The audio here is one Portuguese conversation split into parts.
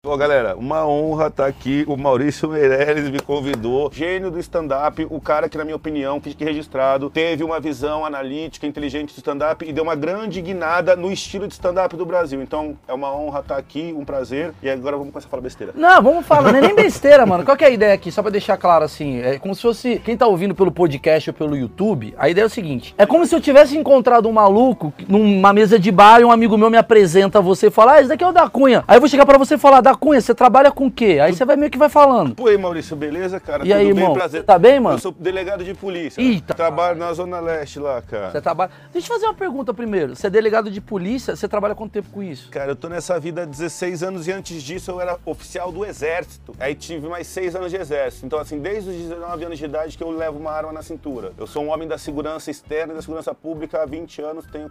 Ó, galera, uma honra estar aqui. O Maurício Meirelles me convidou. Gênio do stand-up, o cara que, na minha opinião, fique registrado, teve uma visão analítica, inteligente do stand-up e deu uma grande guinada no estilo de stand-up do Brasil. Então, é uma honra estar aqui, um prazer. E agora vamos começar a falar besteira. Não, vamos falar, não é nem besteira, mano. Qual que é a ideia aqui? Só pra deixar claro, assim, é como se fosse, quem tá ouvindo pelo podcast ou pelo YouTube, a ideia é o seguinte, é como se eu tivesse encontrado um maluco numa mesa de bar e um amigo meu me apresenta você e fala, esse daqui é o da Cunha. Aí eu vou chegar pra você e falar, da Cunha, você trabalha com o quê? Aí você vai meio que vai falando. Pô, aí, Maurício, beleza, cara? E aí, irmão, prazer. Tá bem, mano? Eu sou delegado de polícia. Eita. Trabalho na Zona Leste lá, cara. Você trabalha... Deixa eu fazer uma pergunta primeiro. Você é delegado de polícia, você trabalha quanto tempo com isso? Cara, eu tô nessa vida há 16 anos e antes disso eu era oficial do Exército. Aí tive mais 6 anos de Exército. Então, assim, desde os 19 anos de idade que eu levo uma arma na cintura. Eu sou um homem da segurança externa e da segurança pública há 20 anos, tenho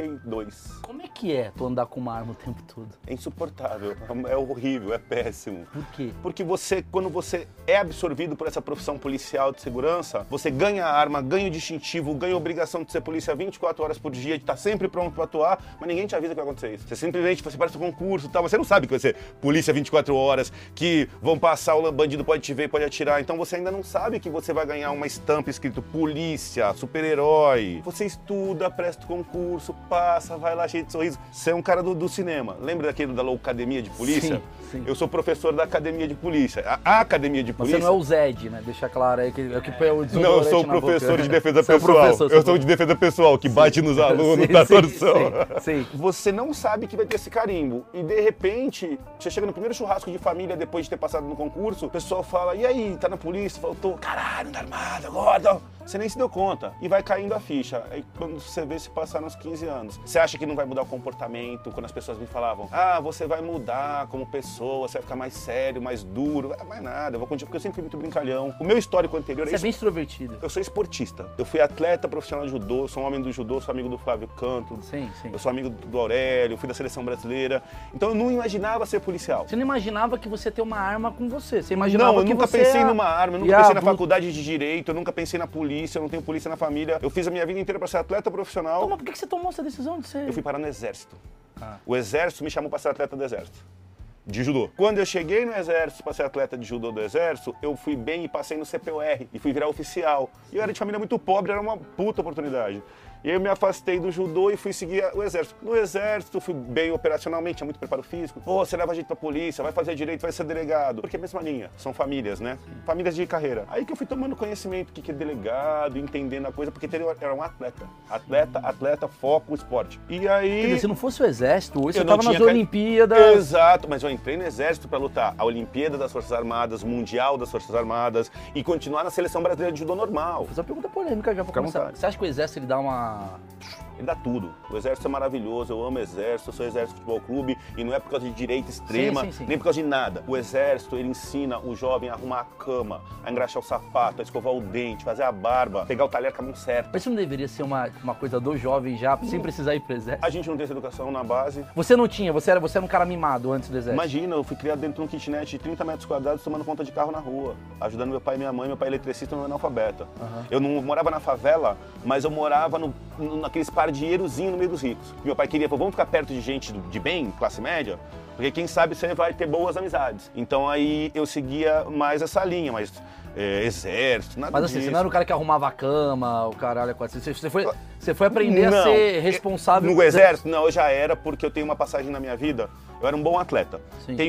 42. Como é que é tu andar com uma arma o tempo todo? É insuportável, é horrível, é péssimo. Por quê? Porque você, quando você é absorvido por essa profissão policial de segurança, você ganha arma, ganha o distintivo, ganha a obrigação de ser polícia 24 horas por dia, de estar sempre pronto pra atuar, mas ninguém te avisa que vai acontecer isso. Você simplesmente, você parece um concurso e tal, você não sabe que vai ser polícia 24 horas, que vão passar, o bandido pode te ver, pode atirar, então você ainda não sabe que você vai ganhar uma estampa escrito polícia, super-herói. Você estuda, presta o concurso, passa, vai lá cheio de sorriso. Você é um cara do cinema. Lembra daquele da Loucademia de Polícia? Sim, sim. Eu sou professor da Academia de Polícia. A Academia de Polícia... Você não é o Zed, né? Deixa claro aí que é o que põe o desodorante. Não, eu sou o professor de defesa pessoal. Eu sou de defesa pessoal, que bate nos alunos da torção. Sim. Você não sabe que vai ter esse carimbo. E de repente, você chega no primeiro churrasco de família depois de ter passado no concurso, o pessoal fala, e aí, tá na polícia? Faltou, caralho, tá armado agora. Você nem se deu conta. E vai caindo a ficha. Aí quando você vê se passar nos 15 anos. Você acha que não vai mudar o comportamento? Quando as pessoas me falavam, você vai mudar como pessoa, você vai ficar mais sério, mais duro. Mais nada, eu vou continuar, porque eu sempre fui muito brincalhão. O meu histórico anterior Você é bem extrovertido. Eu sou esportista. Eu fui atleta profissional de judô, sou um homem do judô, sou amigo do Flávio Canto. Sim. Eu sou amigo do Aurélio, fui da seleção brasileira. Então eu não imaginava ser policial. Você não imaginava que você ter uma arma com você. Você imaginava que eu nunca você pensei numa arma, eu nunca pensei na faculdade de direito, eu nunca pensei na polícia, eu não tenho polícia na família. Eu fiz a minha vida inteira para ser atleta profissional. Então, mas por que você tomou essa decisão de ser... Eu fui parar no Exército. O Exército me chamou para ser atleta do Exército. De judô. Quando eu cheguei no Exército para ser atleta de judô do Exército, eu fui bem e passei no CPOR e fui virar oficial. E eu era de família muito pobre, era uma puta oportunidade. E aí eu me afastei do judô e fui seguir o Exército. No Exército, eu fui bem operacionalmente, tinha muito preparo físico. Você leva a gente pra polícia, vai fazer direito, vai ser delegado. Porque é a mesma linha, são famílias, né? Famílias de carreira. Aí que eu fui tomando conhecimento do que é delegado, entendendo a coisa, porque eu era um atleta. Atleta, foco, esporte. E aí... Quer dizer, se não fosse o Exército, hoje você tava nas Olimpíadas... Exato, mas eu entrei no Exército pra lutar a Olimpíada das Forças Armadas, Mundial das Forças Armadas e continuar na Seleção Brasileira de Judô normal. Vou fazer uma pergunta polêmica já pra começar. Você acha que o Exército ele dá uma... Ele dá tudo. O Exército é maravilhoso, eu amo o Exército, eu sou Exército Futebol Clube e não é por causa de direita extrema, nem por causa de nada. O Exército, ele ensina o jovem a arrumar a cama, a engraxar o sapato, a escovar o dente, fazer a barba, pegar o talher com a mão certa. Mas isso não deveria ser uma coisa do jovem já, sem precisar ir pro Exército? A gente não tem essa educação na base. Você não tinha, você era um cara mimado antes do Exército? Imagina, eu fui criado dentro de um kitnet de 30 metros quadrados tomando conta de carro na rua, ajudando meu pai e minha mãe, meu pai eletricista e meu analfabeta. Eu não morava na favela, mas eu morava naqueles pardierozinhos no meio dos ricos. Meu pai queria, vamos ficar perto de gente de bem, classe média, porque quem sabe você vai ter boas amizades. Então aí eu seguia mais essa linha, mas Exército, nada disso. Mas assim, você não era o cara que arrumava a cama, o caralho, você foi aprender a ser responsável... No Exército, não, eu já era, porque eu tenho uma passagem na minha vida, eu era um bom atleta.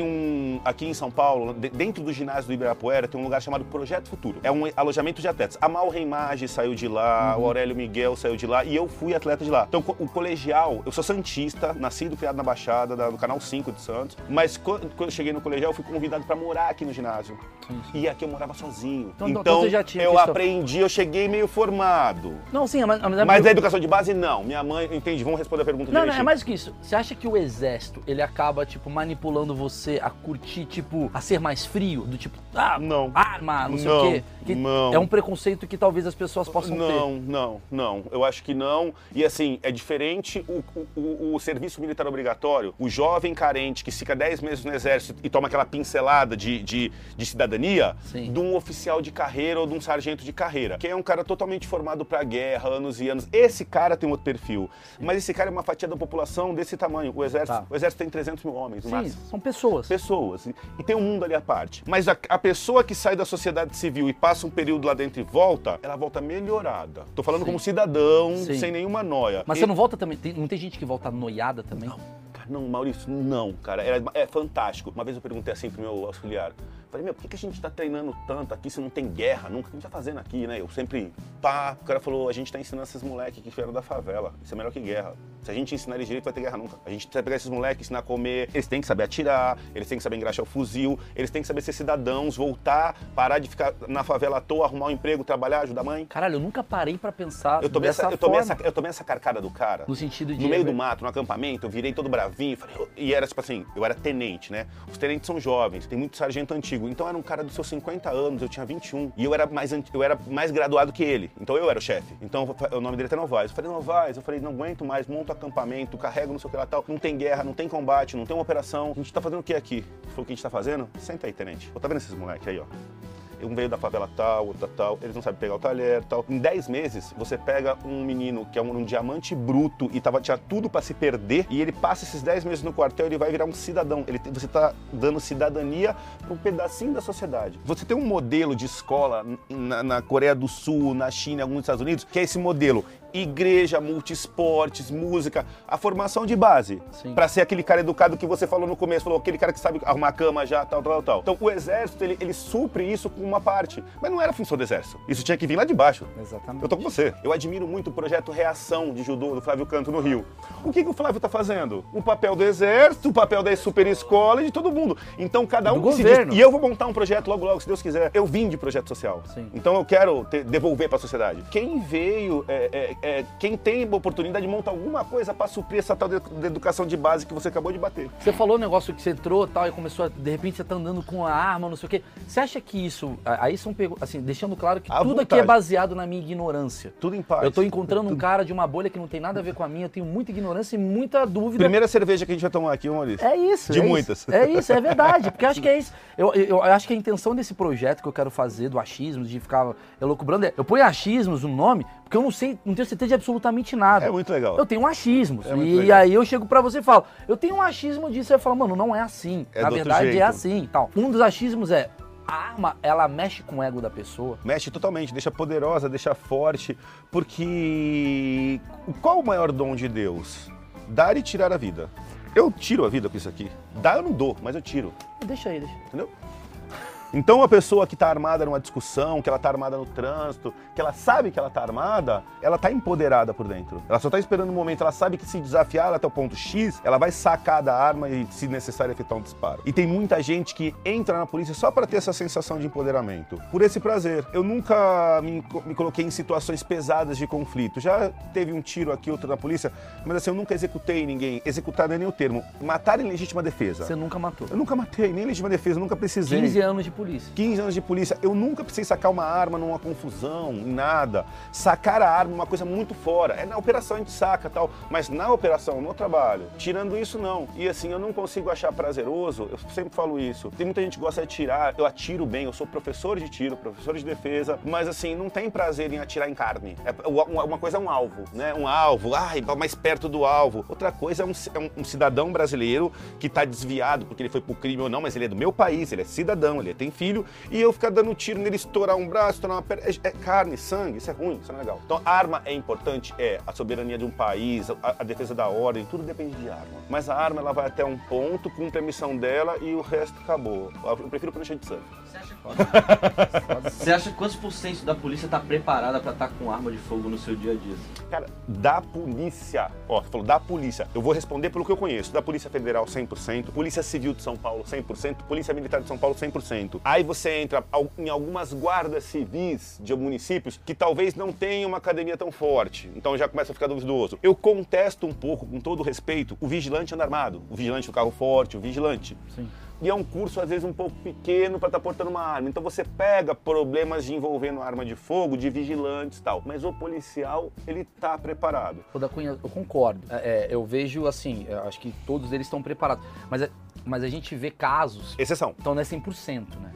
Tem aqui em São Paulo, dentro do ginásio do Ibirapuera, tem um lugar chamado Projeto Futuro. É um alojamento de atletas. A Mal Reimage saiu de lá, o Aurélio Miguel saiu de lá e eu fui atleta de lá. Então, o colegial, eu sou santista, nascido e criado na Baixada, do Canal 5 de Santos, mas quando eu cheguei no colegial, eu fui convidado para morar aqui no ginásio. E aqui eu morava sozinho. Então você já tinha eu aprendi, eu cheguei meio formado. Não, sim, mas a educação de base, não. Minha mãe, entendi, vamos responder a pergunta direitinho. Não, é mais que isso. Você acha que o Exército, ele acaba, tipo, manipulando você a curtir, tipo, a ser mais frio? Do tipo, não. Arma, não sei o quê? Não. É um preconceito que talvez as pessoas possam ter. Não. Eu acho que não. E assim, é diferente o serviço militar obrigatório. O jovem carente que fica 10 meses no Exército e toma aquela pincelada de cidadania, de um oficial de carreira ou de um sargento de carreira. Que é um cara totalmente formado pra guerra, anos e anos. Esse cara tem outro perfil. Mas esse cara é uma fatia da população desse tamanho. O Exército tem 300 mil homens, no Sim, máximo. são pessoas. Pessoas. E tem um mundo ali à parte. Mas a pessoa que sai da sociedade civil e passa um período lá dentro e volta, ela volta melhorada. Tô falando como cidadão, sem nenhuma noia. Mas você não volta também, não tem gente que volta noiada também? Não, Maurício, não, cara. É fantástico. Uma vez eu perguntei assim pro meu auxiliar. Falei, meu, por que a gente tá treinando tanto aqui se não tem guerra nunca? O que a gente tá fazendo aqui, né? Eu sempre, o cara falou, a gente tá ensinando esses moleques que vieram da favela. Isso é melhor que guerra. Se a gente ensinar eles direito, vai ter guerra nunca. A gente vai pegar esses moleques, ensinar a comer, eles têm que saber atirar, eles têm que saber engraxar o fuzil, eles têm que saber ser cidadãos, voltar, parar de ficar na favela à toa, arrumar um emprego, trabalhar, ajudar a mãe. Caralho, eu nunca parei pra pensar eu tomei essa carcada do cara. No sentido de... No meio do mato, no acampamento, eu virei todo bravinho, e era tipo assim, eu era tenente, né? Os tenentes são jovens, tem muito sargento antigo, então era um cara dos seus 50 anos, eu tinha 21, e eu era mais graduado que ele, então eu era o chefe. Então o nome dele é Novaes. Eu falei, Novaes, não aguento mais, monto acampamento, carrego não sei o que lá tal, não tem guerra, não tem combate, não tem uma operação, a gente tá fazendo o que aqui? Ele falou, o que a gente tá fazendo? Senta aí, tenente. Tá vendo esses moleques aí, ó? Um veio da favela tal, outra tal, eles não sabem pegar o talher tal. Em 10 meses, você pega um menino que é um diamante bruto e tinha tudo pra se perder, e ele passa esses 10 meses no quartel, ele vai virar um cidadão. Você tá dando cidadania pra um pedacinho da sociedade. Você tem um modelo de escola na Coreia do Sul, na China, em alguns Estados Unidos, que é esse modelo. Igreja, multiesportes, música, a formação de base. Sim. Pra ser aquele cara educado que você falou no começo, falou aquele cara que sabe arrumar a cama já, tal. Então o exército, ele supre isso com uma parte, mas não era função do exército. Isso tinha que vir lá de baixo. Exatamente. Eu tô com você. Eu admiro muito o projeto Reação de judô do Flávio Canto no Rio. O que o Flávio tá fazendo? O papel do exército, o papel da super escola e de todo mundo. Então cada um se diz. E eu vou montar um projeto logo, se Deus quiser. Eu vim de projeto social. Sim. Então eu quero devolver pra sociedade. Quem veio quem tem a oportunidade de montar alguma coisa para suprir essa tal de educação de base que você acabou de bater. Você falou o negócio que você entrou tal, e começou de repente você tá andando com a arma, não sei o quê. Você acha que isso, aí são, assim, deixando claro que tudo aqui é baseado na minha ignorância. Tudo em paz. Eu tô encontrando um cara de uma bolha que não tem nada a ver com a minha, eu tenho muita ignorância e muita dúvida. Primeira cerveja que a gente vai tomar aqui, Maurício. É isso. De muitas. É verdade, porque eu acho que é isso. Eu acho que a intenção desse projeto que eu quero fazer, do achismos, de ficar elucubrando, eu ponho achismos no nome, porque eu não tenho certeza de absolutamente nada. É muito legal. Eu tenho um achismo. E aí eu chego pra você e falo, eu tenho um achismo disso. Aí eu falo, mano, não é assim. Na verdade é assim e tal. Um dos achismos é, a arma, ela mexe com o ego da pessoa. Mexe totalmente, deixa poderosa, deixa forte. Porque qual o maior dom de Deus? Dar e tirar a vida. Eu tiro a vida com isso aqui. Dar eu não dou, mas eu tiro. Deixa aí. Entendeu? Então a pessoa que está armada numa discussão, que ela está armada no trânsito, que ela sabe que ela está armada, ela está empoderada por dentro. Ela só está esperando um momento, ela sabe que se desafiar ela até o ponto X, ela vai sacar da arma e, se necessário, efetuar um disparo. E tem muita gente que entra na polícia só para ter essa sensação de empoderamento, por esse prazer. Eu nunca me coloquei em situações pesadas de conflito. Já teve um tiro aqui, outro na polícia, mas assim, eu nunca executei ninguém. Executar não é nem o termo. Matar em legítima defesa. Você nunca matou? Eu nunca matei, nem em legítima defesa, eu nunca precisei. 15 anos de polícia. 15 anos de polícia, eu nunca precisei sacar uma arma numa confusão, em nada. Sacar a arma é uma coisa muito fora. É na operação a gente saca tal, mas na operação, no trabalho, tirando isso não. E assim, eu não consigo achar prazeroso, eu sempre falo isso. Tem muita gente que gosta de atirar, eu atiro bem, eu sou professor de tiro, professor de defesa, mas assim, não tem prazer em atirar em carne. Uma coisa é um alvo, né? Um alvo, mais perto do alvo. Outra coisa é um cidadão brasileiro que tá desviado porque ele foi pro crime ou não, mas ele é do meu país, ele é cidadão, ele tem filho, e eu ficar dando tiro nele, estourar um braço, estourar uma perna, é carne, sangue, isso é ruim, isso não é legal. Então, arma é importante, a soberania de um país, a defesa da ordem, tudo depende de arma. Mas a arma, ela vai até um ponto, cumpre a missão dela e o resto acabou. Eu prefiro prancha de surf. Você acha que quantos por cento da polícia tá preparada pra estar com arma de fogo no seu dia a dia? Cara, da polícia, você falou da polícia, eu vou responder pelo que eu conheço. Da Polícia Federal, 100%, Polícia Civil de São Paulo, 100%, Polícia Militar de São Paulo, 100%. Aí você entra em algumas guardas civis de municípios que talvez não tenham uma academia tão forte, então já começa a ficar duvidoso. Eu contesto um pouco, com todo respeito, o vigilante anda armado, o vigilante do carro forte, o vigilante. Sim. E é um curso, às vezes, um pouco pequeno para estar portando uma arma. Então você pega problemas de envolvendo arma de fogo, de vigilantes e tal. Mas o policial, ele tá preparado. O da Cunha, eu concordo. Eu vejo assim, acho que todos eles estão preparados. Mas a gente vê casos... Exceção. Então não é 100%, né?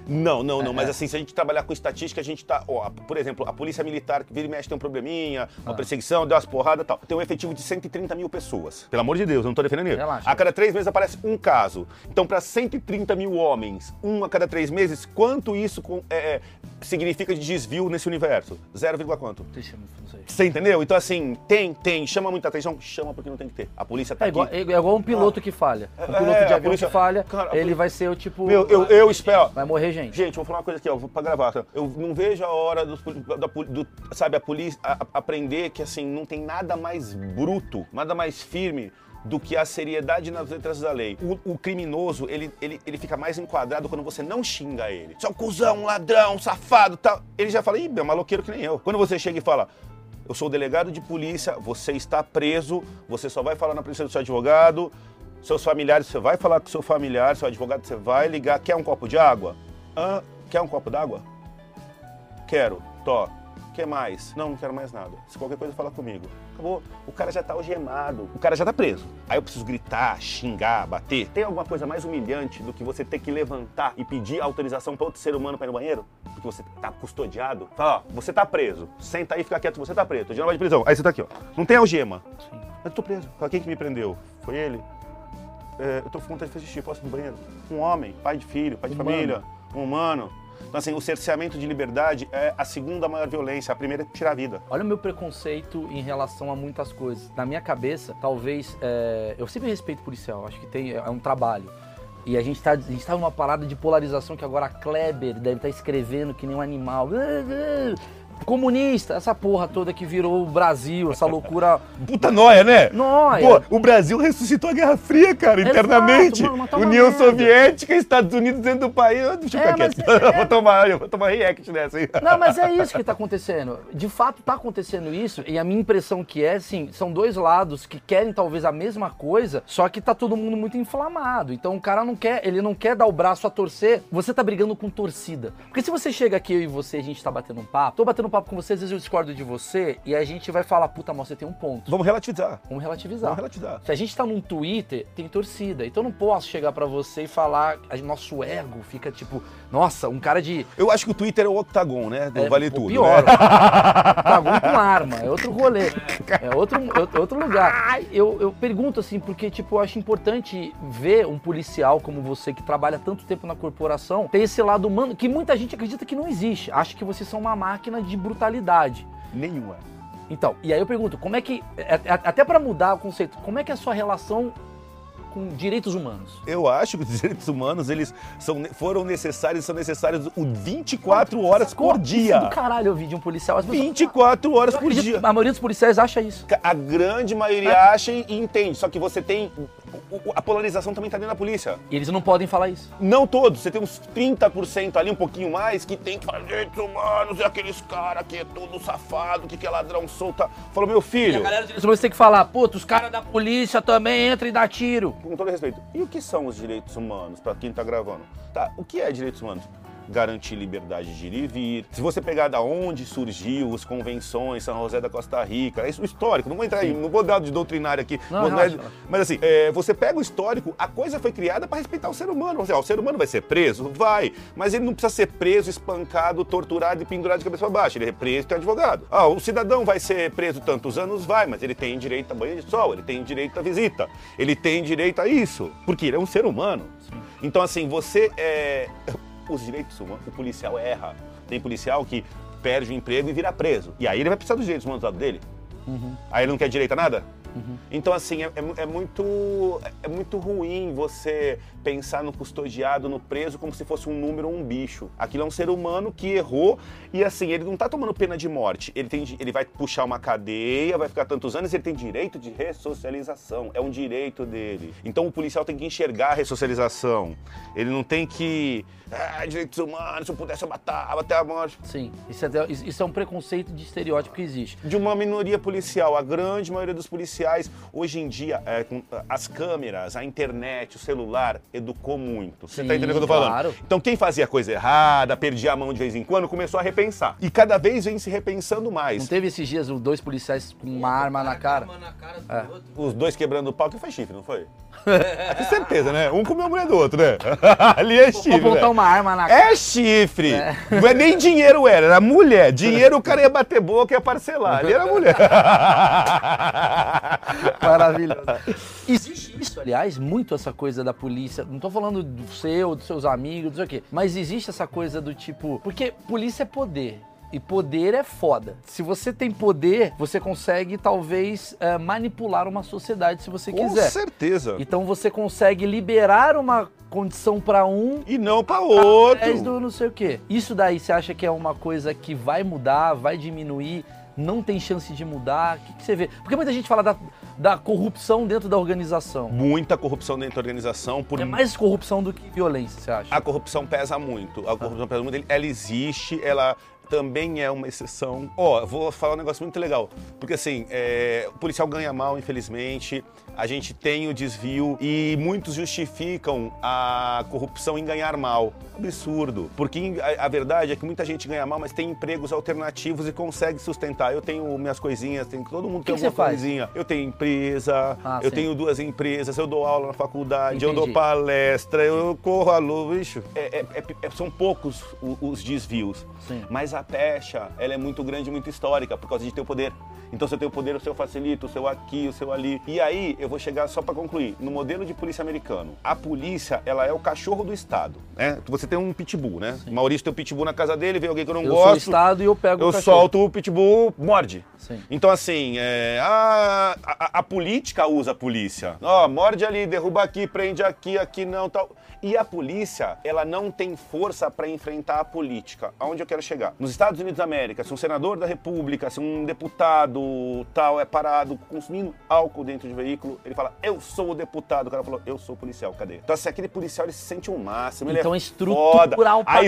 Não, mas assim, se a gente trabalhar com estatística, a gente tá, ó, por exemplo, a polícia militar que vira e mexe tem um probleminha, uma perseguição, deu umas porradas e tal. Tem um efetivo de 130 mil pessoas. Pelo amor de Deus, eu não tô defendendo ele. Relaxa. A cada 3 meses aparece um caso. Então, para 130 mil homens, um a cada 3 meses, quanto isso significa de desvio nesse universo? 0, quanto? Deixa eu não sei. Você entendeu? Então, assim, chama muita atenção, chama porque não tem que ter. A polícia tá É aqui. igual um piloto que falha. Um piloto de avião polícia- que falha, Cara, ele vai ser o tipo... Eu espero. Vai morrer gente. Gente, vou falar uma coisa aqui, ó, pra gravar. Tá? Eu não vejo a hora sabe, a polícia aprender que, assim, não tem nada mais bruto, nada mais firme do que a seriedade nas letras da lei. O criminoso, ele fica mais enquadrado quando você não xinga ele. Seu cuzão, ladrão, safado, tal. Ele já fala, ih, é um maloqueiro que nem eu. Quando você chega e fala, eu sou o delegado de polícia, você está preso, você só vai falar na presença do seu advogado, seus familiares, você vai falar com seu familiar, seu advogado, você vai ligar, quer um copo de água? Quer um copo d'água? Quero, tó. Quer mais? Não quero mais nada. Se qualquer coisa, fala comigo. Acabou. O cara já tá algemado. O cara já tá preso. Aí eu preciso gritar, xingar, bater. Tem alguma coisa mais humilhante do que você ter que levantar e pedir autorização para outro ser humano para ir no banheiro? Porque você tá custodiado. Fala, ó, você tá preso. Senta aí, fica quieto, você tá preso. Tô de nova de prisão. Aí você tá aqui, ó. Não tem algema. Sim. Mas eu tô preso. Fala, quem que me prendeu? Foi ele? Eu tô com vontade de fazer xixi. Posso ir no banheiro? Um homem, pai de filho, pai de família, um humano. Então, assim, o cerceamento de liberdade é a segunda maior violência. A primeira é tirar a vida. Olha o meu preconceito em relação a muitas coisas. Na minha cabeça, talvez... eu sempre respeito policial, acho que é um trabalho. E a gente tá numa parada de polarização que agora a Kleber deve estar escrevendo que nem um animal. Comunista, essa porra toda que virou o Brasil, essa loucura... Puta nóia, né? Nóia. Pô, o Brasil ressuscitou a Guerra Fria, cara, Exato, internamente. mano, mas tá uma União merda. Soviética, Estados Unidos dentro do país. Deixa eu ficar quieto. Eu vou tomar react nessa aí. Não, mas é isso que tá acontecendo. De fato tá acontecendo isso, e a minha impressão que é, assim, são dois lados que querem talvez a mesma coisa, só que tá todo mundo muito inflamado. Então o cara ele não quer dar o braço a torcer, você tá brigando com torcida. Porque se você chega aqui, eu e você, a gente tá batendo um papo, tô batendo um papo com você, às vezes eu discordo de você, e a gente vai falar, puta, mas você tem um ponto. Vamos relativizar. Vamos relativizar. Vamos relativizar. Se a gente tá num Twitter, tem torcida. Então eu não posso chegar pra você e falar, nosso ego fica tipo, nossa, um cara de... Eu acho que o Twitter é o octagon, né? Do Vale Tudo. Pior. Né? Octagon com arma, é outro rolê. É outro lugar. Eu pergunto assim, porque tipo, eu acho importante ver um policial como você, que trabalha tanto tempo na corporação, ter esse lado humano, que muita gente acredita que não existe. Acha que vocês são uma máquina de brutalidade. Nenhuma. Então, e aí eu pergunto, como é que, até pra mudar o conceito, como é que é a sua relação com direitos humanos? Eu acho que os direitos humanos, eles foram necessários, são necessários 24 horas por dia. Isso do caralho eu vi de um policial. As pessoas, 24 horas por dia. A maioria dos policiais acha isso. A grande maioria acha e entende, só que você tem... A polarização também tá dentro da polícia. E eles não podem falar isso. Não todos, você tem uns 30% ali, um pouquinho mais, que tem que falar direitos humanos, e aqueles caras que é tudo safado, que é ladrão solta. Falou, meu filho... E a galera de você tem que falar, puta, os caras da polícia também entram e dá tiro. Com todo respeito, e o que são os direitos humanos, pra quem tá gravando? Tá, o que é direitos humanos? Garantir liberdade de ir e vir. Se você pegar da onde surgiu as convenções, São José da Costa Rica, é isso histórico, não vou entrar aí, não vou dar de doutrinário aqui. Não, relaxa. Mas assim, você pega o histórico, a coisa foi criada para respeitar o ser humano. O ser humano vai ser preso? Vai. Mas ele não precisa ser preso, espancado, torturado e pendurado de cabeça para baixo. Ele é preso e tem advogado. O cidadão vai ser preso tantos anos? Vai, mas ele tem direito a banho de sol, ele tem direito à visita, ele tem direito a isso, porque ele é um ser humano. Sim. Então assim, os direitos humanos, o policial erra. Tem policial que perde o emprego e vira preso. E aí ele vai precisar dos direitos humanos do lado dele. Uhum. Aí ele não quer direito a nada? Uhum. Então, assim, é muito ruim você pensar no custodiado, no preso, como se fosse um número ou um bicho. Aquilo é um ser humano que errou e, assim, ele não tá tomando pena de morte. Ele vai puxar uma cadeia, vai ficar tantos anos, ele tem direito de ressocialização. É um direito dele. Então, o policial tem que enxergar a ressocialização. Ele não tem que... direitos humanos, se eu pudesse eu matava até a morte. Sim, isso é um preconceito de estereótipo que existe. De uma minoria policial, a grande maioria dos policiais sociais, hoje em dia, com as câmeras, a internet, o celular, educou muito. Você tá entendendo o que eu tô falando? Claro. Então quem fazia coisa errada, perdia a mão de vez em quando, começou a repensar. E cada vez vem se repensando mais. Não teve esses dias os 2 policiais com uma arma na cara? Os 2 quebrando o pau, que foi chifre, não foi? Com certeza, né? Um comeu a mulher do outro, né? Ali é chifre. Vou botar uma arma na cara. É chifre! Não é nem dinheiro, era mulher. Dinheiro o cara ia bater boca e ia parcelar. Ali era mulher. Maravilhoso. Existe isso, aliás, muito essa coisa da polícia. Não tô falando do seu, dos seus amigos, não sei o quê. Mas existe essa coisa do tipo... Porque polícia é poder. E poder é foda. Se você tem poder, você consegue, talvez, manipular uma sociedade se você quiser. Com certeza. Então você consegue liberar uma condição pra um e não pra outro. Através do não sei o quê. Isso daí, você acha que é uma coisa que vai mudar, vai diminuir? Não tem chance de mudar? O que você vê? Porque muita gente fala da corrupção dentro da organização. Muita corrupção dentro da organização. É mais corrupção do que violência, você acha? A corrupção pesa muito. A corrupção pesa muito. Ela existe, ela também é uma exceção. Vou falar um negócio muito legal. Porque assim, o policial ganha mal, infelizmente. A gente tem o desvio e muitos justificam a corrupção em ganhar mal. Absurdo. Porque a verdade é que muita gente ganha mal, mas tem empregos alternativos e consegue sustentar. Eu tenho minhas coisinhas, todo mundo tem alguma coisinha. Eu tenho empresa, eu tenho 2 empresas, eu dou aula na faculdade, eu dou palestra, eu corro a luz, bicho. São poucos os desvios. Sim. Mas a pecha, ela é muito grande e muito histórica, por causa de ter o poder. Então, se eu tenho poder, o seu facilita, o seu aqui, o seu ali. E aí, eu vou chegar só para concluir. No modelo de polícia americano, a polícia, ela é o cachorro do Estado, né? Você tem um pitbull, né? Sim. O Maurício tem um pitbull na casa dele, vem alguém que eu não gosto. Eu sou o Estado e eu pego o cachorro. Eu solto o pitbull, morde. Sim. Então, assim, a política usa a polícia. Morde ali, derruba aqui, prende aqui, aqui não, tal. E a polícia, ela não tem força para enfrentar a política. Aonde eu quero chegar? Nos Estados Unidos da América, se um senador da República, se um deputado tal é parado consumindo álcool dentro de veículo, ele fala, eu sou o deputado. O cara falou, eu sou o policial, cadê? Então, assim, aquele policial, ele se sente um máximo. Então, estrutural pra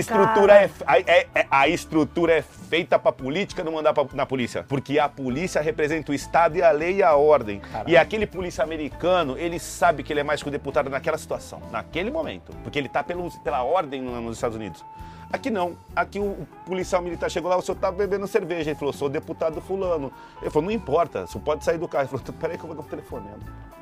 a estrutura é feita pra política não mandar na polícia. Porque a polícia representa o Estado e a lei e a ordem. Caramba. E aquele polícia americano, ele sabe que ele é mais que o deputado naquela situação, naquele momento. Porque ele tá pela ordem nos Estados Unidos. Aqui não. Aqui o policial militar chegou lá, o senhor tá bebendo cerveja. Ele falou, sou deputado fulano. Ele falou, não importa, você pode sair do carro. Ele falou, peraí que eu vou dar um telefonema.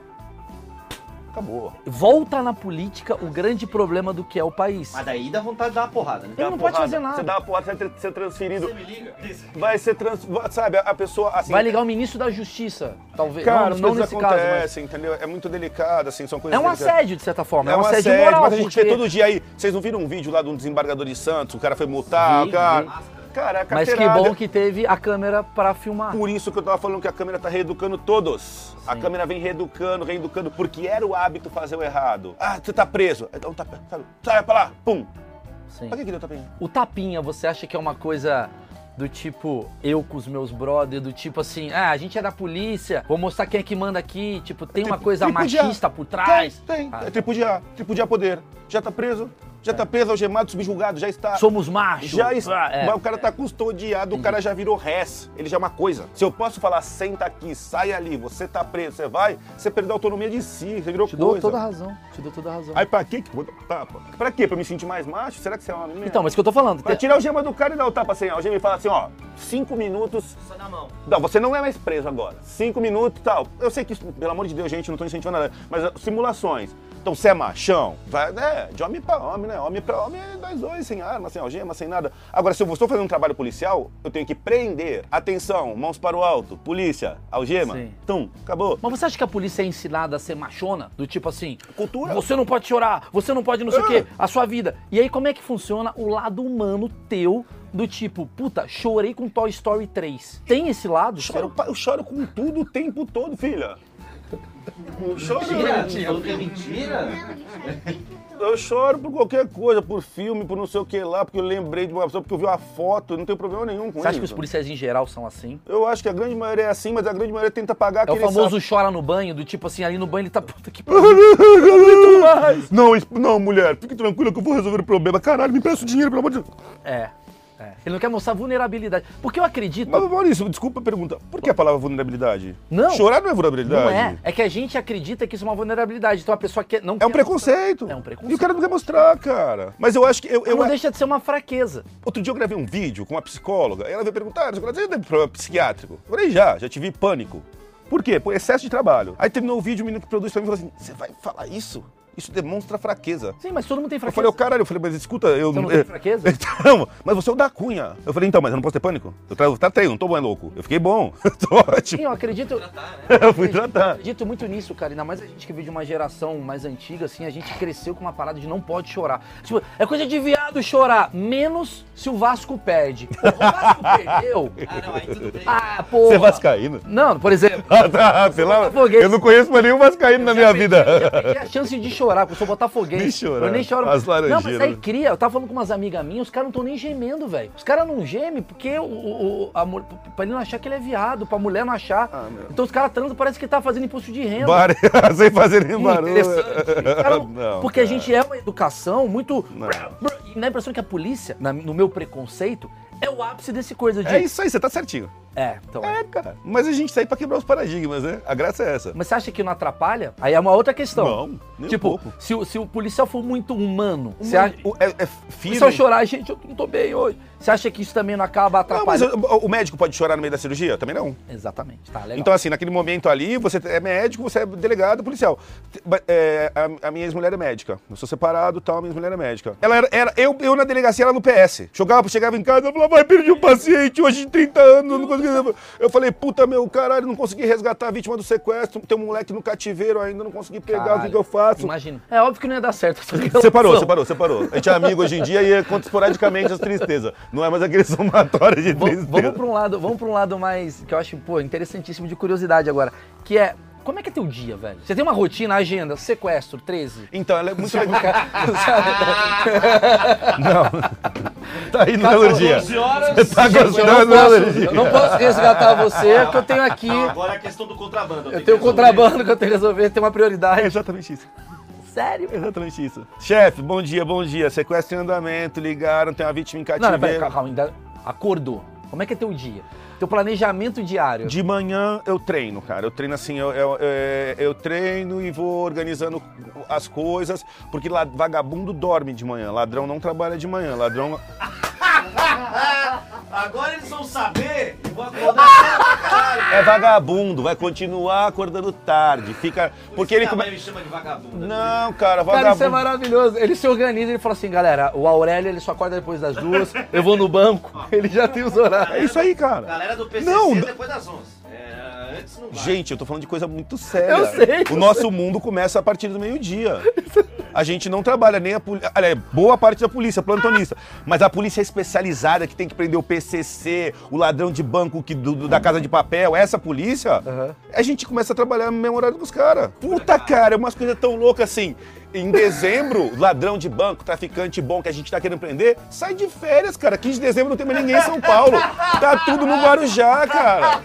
Acabou. Volta na política o grande problema do que é o país. Mas daí dá vontade de dar uma porrada, né? Ele não pode fazer nada. Você dá uma porrada, você vai ser transferido. Você me liga? Vai ser sabe, a pessoa assim... Vai ligar o ministro da Justiça, talvez. Cara, não nesse caso, mas... entendeu? É muito delicado, assim, são coisas É um delicadas. assédio, de certa forma. É um assédio moral. Mas a gente vê todo dia aí. Vocês não viram um vídeo lá de um desembargador de Santos? O cara foi multar, cara... Cara, é mas que bom que teve a câmera pra filmar. Por isso que eu tava falando que a câmera tá reeducando todos. Sim. A câmera vem reeducando, porque era o hábito fazer o errado. Você tá preso. Então tá, sabe? Sai pra lá, pum. Sim. Pra que deu tapinha? O tapinha, você acha que é uma coisa do tipo, eu com os meus brothers, do tipo assim, a gente é da polícia, vou mostrar quem é que manda aqui, tipo, tem uma coisa machista por trás? Tem. É tripudiar poder. Já tá preso. Já tá preso, algemado, subjugado, já está... Somos machos. Já está. Mas o cara tá custodiado, o cara já virou res. Ele já é uma coisa. Se eu posso falar, senta aqui, sai ali, você tá preso, você vai, você perdeu a autonomia de si, você virou coisa. Te dou toda a razão. Aí pra quê que vou dar tapa? Pra quê? Pra me sentir mais macho? Será que você é uma menina? Então, mas o que eu tô falando... Pra tirar a algema do cara e dar o tapa sem algema e falar assim, 5 minutos... Só na mão. Não, você não é mais preso agora. 5 minutos e tal. Eu sei que isso, pelo amor de Deus, gente, não tô incentivando nada, mas simulações. Então, você é machão? Vai, de homem pra homem, né? Homem pra homem é nós dois, sem arma, sem algema, sem nada. Agora, se eu estou fazendo um trabalho policial, eu tenho que prender. Atenção, mãos para o alto, polícia, algema. Sim. Tum, acabou. Mas você acha que a polícia é ensinada a ser machona? Do tipo assim, cultura. Você não pode chorar, você não pode não sei o quê, a sua vida. E aí, como é que funciona o lado humano teu? Do tipo, puta, chorei com Toy Story 3. Tem esse lado? Eu choro com tudo o tempo todo, filha. Eu choro. Mentira? Eu choro por qualquer coisa, por filme, por não sei o que lá, porque eu lembrei de uma pessoa, porque eu vi uma foto, não tem problema nenhum com isso. Você acha que os policiais em geral são assim? Eu acho que a grande maioria é assim, mas a grande maioria tenta pagar aquele... É o famoso chora no banho, do tipo assim, ali no banho ele tá puta que pariu. Não, mulher, fique tranquila que eu vou resolver o problema. Caralho, me empresta o dinheiro, pelo amor de Deus. Ele não quer mostrar vulnerabilidade. Porque eu acredito... Mas, Maurício, desculpa a pergunta. Por que a palavra vulnerabilidade? Não. Chorar não é vulnerabilidade? Não é. É que a gente acredita que isso é uma vulnerabilidade. Então a pessoa quer... Não É um preconceito. É um preconceito. E o cara não quer mostrar, cara. Mas eu acho que... Não deixa de ser uma fraqueza. Outro dia eu gravei um vídeo com uma psicóloga. E ela veio perguntar, você já teve problema psiquiátrico? Eu falei, já tive pânico. Por quê? Por excesso de trabalho. Aí terminou o vídeo, o menino que produz pra mim falou assim, você vai falar isso? Isso demonstra fraqueza. Sim, mas todo mundo tem fraqueza. Eu falei, caralho, mas escuta, eu Você não tem fraqueza? Então, mas você é o da Cunha. Eu falei, então, mas eu não posso ter pânico? Eu tratei, não tô bom, é louco. Eu fiquei bom, tô ótimo. Sim, eu acredito. Eu fui tratar. Eu acredito muito nisso, cara. Ainda mais a gente que veio de uma geração mais antiga, assim, a gente cresceu com uma parada de não pode chorar. Tipo, é coisa de viado chorar, menos se o Vasco perde. Pô, o Vasco perdeu. Não, aí tudo bem. Ah, porra. Você é vascaíno? Não, por exemplo. Eu não conheço mais nenhum vascaíno na minha vida. Eu peguei a chance de chorar, porque eu sou botafoguense. Nem chorar. Eu nem choro. As laranjeiras. Não, mas aí cria. Eu tava falando com umas amigas minhas, os caras não estão nem gemendo, velho. Os caras não gemem porque pra ele não achar que ele é viado, pra mulher não achar. Então os caras transam, parece que tá fazendo imposto de renda. Sem fazer nem barulho. Não, porque a gente é uma educação muito... E dá a impressão que a polícia, no meu preconceito, é o ápice desse coisa de... É isso aí, você tá certinho. Então... É, cara. Mas a gente tá aí pra quebrar os paradigmas, né? A graça é essa. Mas você acha que não atrapalha? Aí é uma outra questão. Não, nem tipo, um pouco. Se o policial for muito humano, você acha... firme. Se eu chorar, gente, eu não tô bem hoje. Você acha que isso também não acaba atrapalhando? Não, mas o médico pode chorar no meio da cirurgia? Também não. Exatamente, tá legal. Então, assim, naquele momento ali, você é médico, você é delegado, policial. A minha ex-mulher é médica. Eu sou separado e tal, a minha ex-mulher é médica. Eu na delegacia, ela no PS. Chegava em casa, ela falava, vai, perdi um paciente, hoje de 30 anos, eu não consegui... Eu falei, puta, meu, caralho, não consegui resgatar a vítima do sequestro, tem um moleque no cativeiro ainda, não consegui pegar, caralho, o que eu faço? Imagina. É óbvio que não ia dar certo essa Separou. A gente é amigo hoje em dia e conta esporadicamente as tristezas. Não é mais aquele somatório de tristeza. Vamos pra um lado mais, que eu acho, pô, interessantíssimo de curiosidade agora, que é... Como é que é teu dia, velho? Você tem uma rotina, agenda, sequestro, 13? Então, ela é muito legal. Não. Tá indo pelo dia. 12 horas. Você tá gostando eu não posso resgatar você, porque eu tenho aqui... Não, agora é a questão do contrabando. Eu tenho o contrabando que eu tenho que resolver, tem uma prioridade. É exatamente isso. Sério? Exatamente isso. Chefe, bom dia. Sequestro em andamento, ligaram, tem uma vítima em cativeiro. Não, peraí, calma, ainda acordou. Como é que é teu dia? Teu planejamento diário? De manhã eu treino, cara. Eu treino assim, eu treino e vou organizando as coisas, porque vagabundo dorme de manhã, ladrão não trabalha de manhã, ladrão... Agora eles vão saber e vão acordar cedo pra caralho. É vagabundo, vai continuar acordando tarde, fica... Porque ele Minha mãe me chama de vagabundo. Não, cara, vagabundo... Cara, isso é maravilhoso. Ele se organiza, ele fala assim, galera, o Aurélio, ele só acorda depois das 2, eu vou no banco, ele já tem os horários. É isso aí, cara. Galera do PCC Não, depois das 11. Antes não vai. Gente, eu tô falando de coisa muito séria. Eu sei. O nosso mundo começa a partir do meio-dia. A gente não trabalha nem a polícia. Boa parte da polícia, plantonista. Mas a polícia especializada que tem que prender o PCC, o ladrão de banco da Casa de Papel, essa polícia, a gente começa a trabalhar no mesmo horário dos caras. Puta, cara, é umas coisas tão loucas assim. Em dezembro, ladrão de banco, traficante bom que a gente tá querendo prender, sai de férias, cara. 15 de dezembro não tem mais ninguém em São Paulo. Tá tudo no Guarujá, cara.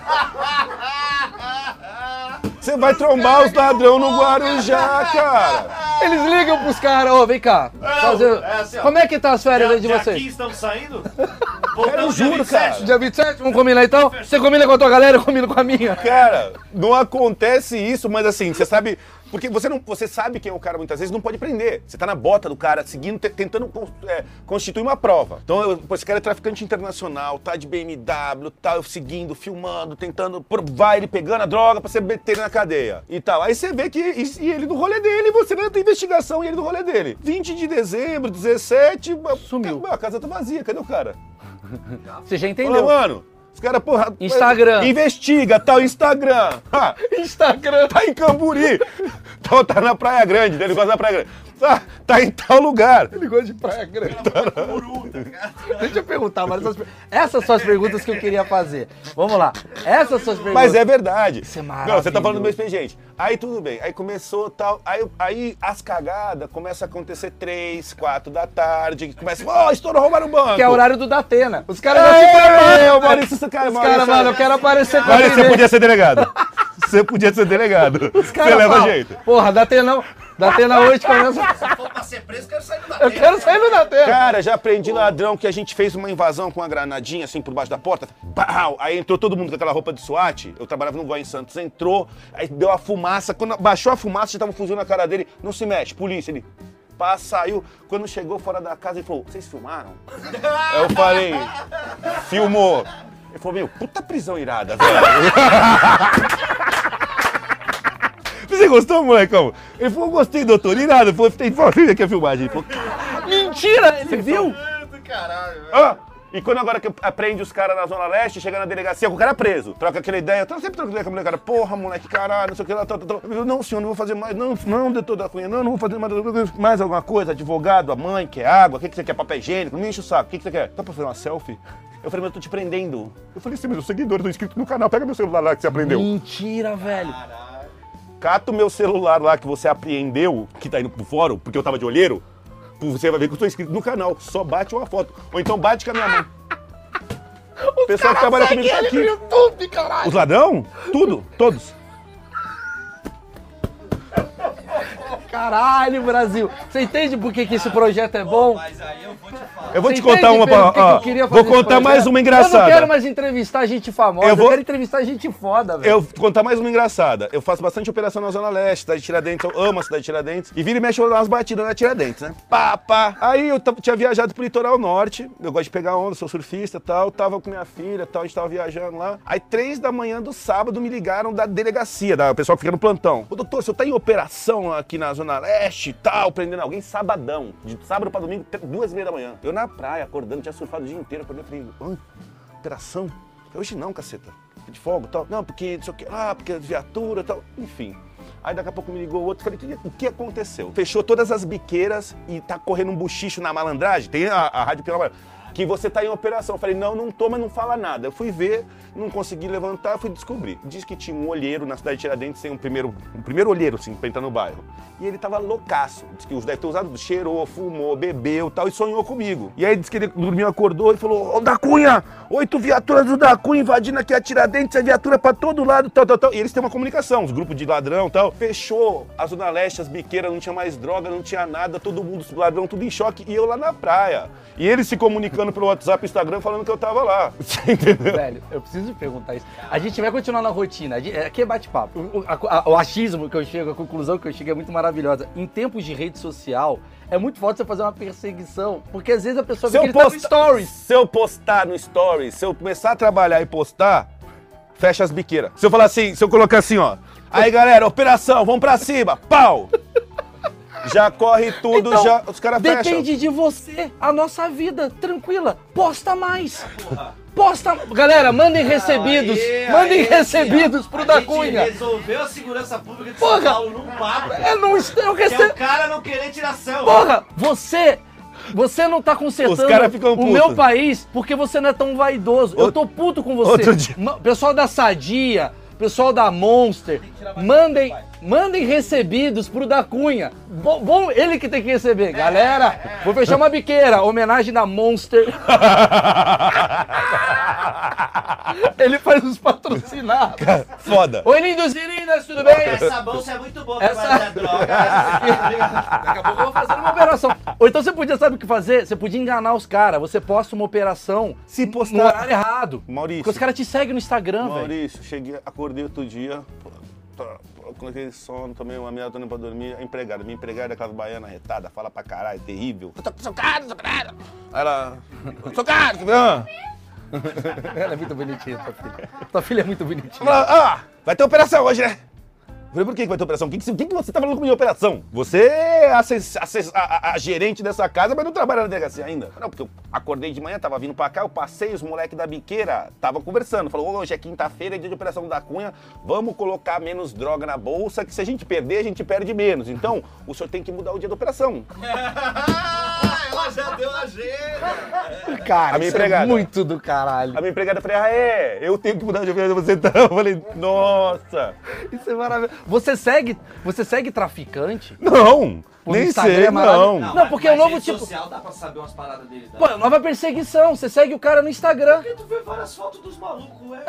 Você vai trombar os ladrão no Guarujá, cara. Eles ligam pros caras, ô, vem cá. Assim, ó, como é que tá as férias aí de dia vocês? 15 estamos saindo? Eu juro, cara. Dia 27, vamos combinar então? Você combina com a tua galera, eu combino com a minha. Cara, não acontece isso, mas assim, você sabe... Porque você sabe quem é o cara muitas vezes, não pode prender. Você tá na bota do cara, seguindo, tentando constituir uma prova. Então, esse cara é traficante internacional, tá de BMW, tá eu seguindo, filmando, tentando provar ele pegando a droga pra você meter ele na cadeia e tal. Aí você vê que e ele no rolê dele, você não tem investigação e ele no rolê dele. 20 de dezembro, 17, sumiu. A casa tá vazia, cadê o cara? Você já entendeu. Fala, mano, os caras, porra... Instagram. Investiga, tá o Instagram. Instagram. Tá em Camburi. Tá na Praia Grande, né? Ele gosta da Praia Grande. Tá em tal lugar. Ele gosta de Praia Grande. Deixa eu perguntar, mas essas são as perguntas que eu queria fazer. Vamos lá. Essas são as perguntas. Mas é verdade. Isso é Não, maravilhoso. você tá falando do meu expediente. Aí tudo bem. Aí começou tal. Aí as cagadas começam a acontecer 3, 4 da tarde. Começa, estourou, roubaram o banco. Que é o horário do Datena. Os caras já se preparam. Maurício, Os caras, mano, eu quero aparecer com Maurício, você podia ser delegado. Você podia ser delegado. Você leva jeito. Porra, Datena não. Da Atena hoje começa... Se for pra ser preso, eu quero sair do Eu quero sair do Datena. Cara, já aprendi ladrão que a gente fez uma invasão com uma granadinha assim por baixo da porta. Bau! Aí entrou todo mundo com aquela roupa de SWAT. Eu trabalhava no Goiás em Santos. Entrou, aí deu a fumaça. Quando baixou a fumaça, já tava um fuzil na cara dele. Não se mexe, polícia. Ele saiu. Quando chegou fora da casa, ele falou: vocês filmaram? Aí eu falei: filmou. Ele falou: meu, puta prisão irada, velho. Você gostou, molecão? Ele falou: gostei, doutor, irado. Ele falou: tem filho aqui a filmagem. Ele falou: Mentira! Ele viu? Caralho, ah! E quando agora que aprende os caras na Zona Leste, chega na delegacia com o cara preso, troca aquela ideia, eu sempre troco ideia com a mulher, cara, porra, moleque, caralho, não sei o que lá, tal. Eu falei: não, senhor, não vou fazer mais, não, doutor da Cunha, não vou fazer mais alguma coisa, advogado, a mãe, quer água, o que você quer, papel higiênico, não me enche o saco, o que você quer? Dá pra fazer uma selfie? Eu falei: mas eu tô te prendendo. Eu falei: sim, mas os seguidores estão inscritos no canal, pega meu celular lá que você aprendeu. Mentira, velho. Cata o meu celular lá que você apreendeu, que tá indo pro fórum, porque eu tava de olheiro, você vai ver que eu tô inscrito no canal, só bate uma foto, ou então bate com a minha mão. O pessoal que trabalha comigo tá aqui. No YouTube, caralho. Os ladrão? Tudo, todos. Caralho, Brasil. Você entende por que esse projeto é bom? Mas aí eu vou te falar. Eu vou te Você contar entende, uma Pedro, pra. por que eu queria Vou fazer esse contar projeto? mais uma Eu engraçada. não quero mais entrevistar gente famosa, Eu eu, vou- quero entrevistar gente foda, velho. Eu vou contar mais uma engraçada. Eu faço bastante operação na Zona Leste, cidade de Tiradentes, eu amo a cidade de Tiradentes. E vira e mexe eu vou dar umas batidas na Tiradentes, né? Pá. Aí eu tinha viajado pro litoral norte, eu gosto de pegar onda, sou surfista e tal, tava com minha filha e tal, a gente tava viajando lá. Aí 3 da manhã do sábado me ligaram da delegacia, da pessoal que fica no plantão. Ô doutor, o senhor tá em operação aqui na Zona Leste e tal, prendendo alguém sabadão. De sábado pra domingo, 2h30 da manhã. Eu na praia, acordando, tinha surfado o dia inteiro, acordei e falei: operação? Hoje não, caceta. De folga e tal. Não, porque não sei o que lá, porque viatura e tal. Enfim. Aí daqui a pouco me ligou o outro, falei: o que aconteceu? Fechou todas as biqueiras e tá correndo um buchicho na malandragem. Tem a rádio pela que você tá em operação. Eu falei: não tô, mas não fala nada. Eu fui ver, não consegui levantar, fui descobrir. Diz que tinha um olheiro na cidade de Tiradentes, tem um primeiro olheiro, assim, pra entrar no bairro. E ele tava loucaço. Diz que os deve ter usado, cheirou, fumou, bebeu e tal, e sonhou comigo. E aí disse que ele dormiu, acordou e falou: ô da Cunha, 8 viaturas do da Cunha invadindo aqui a Tiradentes, a viatura pra todo lado, tal. E eles têm uma comunicação, os grupos de ladrão e tal. Fechou a Zona Leste, as biqueiras, não tinha mais droga, não tinha nada, todo mundo, os ladrão, tudo em choque, e eu lá na praia. E eles se comunicando pelo WhatsApp, Instagram, falando que eu tava lá. Você entendeu? Velho, eu preciso perguntar isso. A gente vai continuar na rotina. Aqui é bate-papo. O achismo que eu chego, a conclusão que eu chego é muito maravilhosa. Em tempos de rede social, é muito forte você fazer uma perseguição, porque às vezes a pessoa vê que ele tá no stories. Se eu postar no stories, se eu começar a trabalhar e postar, fecha as biqueiras. Se eu falar assim, se eu colocar assim, ó: aí galera, operação, vamos pra cima, pau! Já corre tudo, Então, já os caras fecham. depende de você, a nossa vida, tranquila. Posta mais. Posta. Galera, mandem recebidos. Mandem recebidos pro da Cunha. A gente resolveu a segurança pública de Porra! São Paulo num papo. Eu Que é o cara não querer tiração. Porra, você não tá consertando Os caras ficam o putos. meu país porque você não é tão vaidoso. Eu tô puto com você. Outro dia. Pessoal da Sadia, pessoal da Monster, mandem recebidos pro da Cunha. Bom, ele que tem que receber. Galera, vou fechar uma biqueira. Homenagem da Monster. Ele faz os patrocinados. Foda. Oi, lindos e lindas, tudo bem? Essa bolsa é muito boa pra Essa- guardar droga. Daqui a pouco eu vou fazer uma operação. Ou então você podia, sabe o que fazer? Você podia enganar os caras. Você posta uma operação Se postar- no horário errado. Maurício. Porque os caras te seguem no Instagram, velho. Maurício, acordei outro dia, com aquele sono, tomei uma meia, tô indo pra dormir. Minha empregada, aquela baiana retada, fala pra caralho, terrível. Sou caro. Aí ela: sou caro. Ela é muito bonitinha, tua filha. Tua filha é muito bonitinha. Fala: vai ter operação hoje, né? Eu falei: por que vai ter operação? O que você tá falando comigo de operação? Você é a gerente dessa casa, mas não trabalha na delegacia ainda. Não, porque eu acordei de manhã, tava vindo pra cá, eu passei, os moleques da biqueira tava conversando. Falou: hoje é quinta-feira, é dia de operação da Cunha, vamos colocar menos droga na bolsa, que se a gente perder, a gente perde menos. Então, o senhor tem que mudar o dia da operação. Ela já deu a agenda. Cara, A minha isso empregada. é muito do caralho. A minha empregada, eu falei, eu tenho que mudar de vida, você tá? Eu falei, nossa. Isso é maravilhoso. Você segue traficante? Não, Pô, nem Instagram sei, é maravilhoso. não. Não, porque é o novo rede tipo- social dá pra saber umas paradas deles. Pô, é nova perseguição. Você segue o cara no Instagram. Porque tu vê várias fotos dos malucos,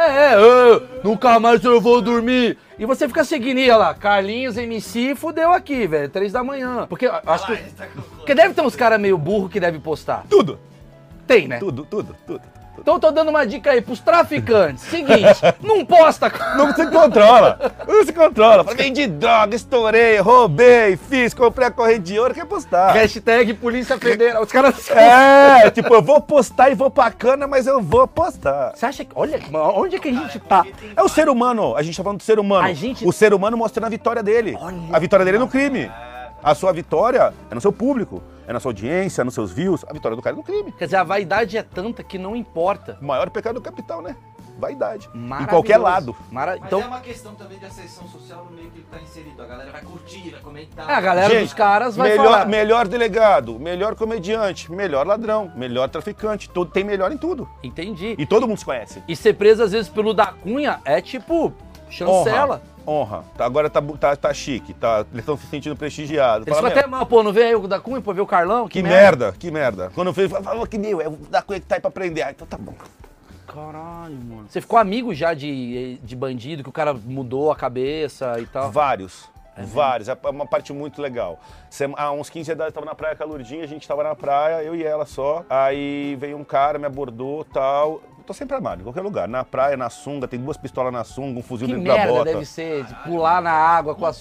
Nunca mais eu vou dormir. E você fica seguindo, olha lá, Carlinhos, MC, fudeu aqui, velho, 3 da manhã. Porque eu acho que... Porque deve ter uns caras meio burro que deve postar. Tudo, Tem, né? tudo. Então eu tô dando uma dica aí pros traficantes. Seguinte, não posta... Não se controla, não se controla. Falei, vendi droga, estourei, roubei, fiz, comprei a corrente de ouro, quer postar. Hashtag Polícia Federal. Os caras... Tipo, eu vou postar e vou pra cana, mas eu vou postar. Você acha que... Olha, onde é que a gente tá? É o ser humano, a gente tá falando do ser humano. A gente- O ser humano mostrando a vitória dele. Olha. A vitória dele é no crime. A sua vitória é no seu público, é na sua audiência, nos seus views. A vitória do cara é no crime. Quer dizer, a vaidade é tanta que não importa. O maior pecado do capital, né? Vaidade. Em Maravilhoso. qualquer lado. Mas Então, é uma questão também de ascensão social no meio que ele tá inserido. A galera vai curtir, vai comentar. a galera Gente, dos caras vai melhor, falar. melhor delegado, melhor comediante, melhor ladrão, melhor traficante. Tudo, tem melhor em tudo. Entendi. E todo mundo se conhece. E ser preso às vezes pelo da Cunha é tipo, chancela. Honra. Agora tá chique, tá, eles estão se sentindo prestigiados. Eles Fala, ficam até mal, pô, não vê aí o da Cunha, pô, ver o Carlão? que merda, que merda. Quando eu falei que meu, é o da Cunha que tá aí pra prender. Ah, então tá bom. Caralho, mano. Você ficou amigo já de bandido, que o cara mudou a cabeça e tal? Vários. Vários, é uma parte muito legal. Há uns 15 dias eu tava na praia com a Lourdinha, a gente tava na praia, eu e ela só. Aí veio um cara, me abordou e tal. Eu tô sempre armado, em qualquer lugar. Na praia, na sunga, tem 2 pistolas na sunga, um fuzil Que dentro da merda bota. deve ser, de pular na água com a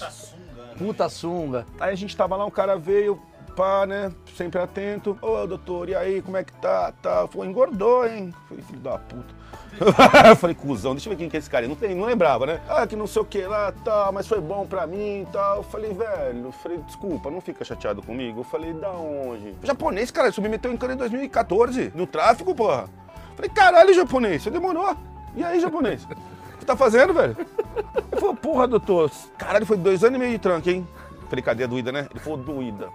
puta sunga. Aí a gente tava lá, um cara veio, pá, né, sempre atento. Ô, doutor, e aí, como é que tá? Falei, engordou, hein? Falei, filho da puta. Eu falei, cuzão, deixa eu ver quem que é esse cara. Não lembrava, né? Ah, que não sei o que lá, tal, mas foi bom pra mim e tal. Eu falei, velho, desculpa, não fica chateado comigo. Eu falei, da onde? Japonês, cara, submeteu em cana em 2014, no tráfico, porra. Eu falei, caralho, japonês, você demorou. E aí, japonês? O que você tá fazendo, velho? Ele falou, porra, doutor, caralho, foi 2 anos e meio de tranco, hein? Eu falei, cadê a doída, né? Ele falou, doída.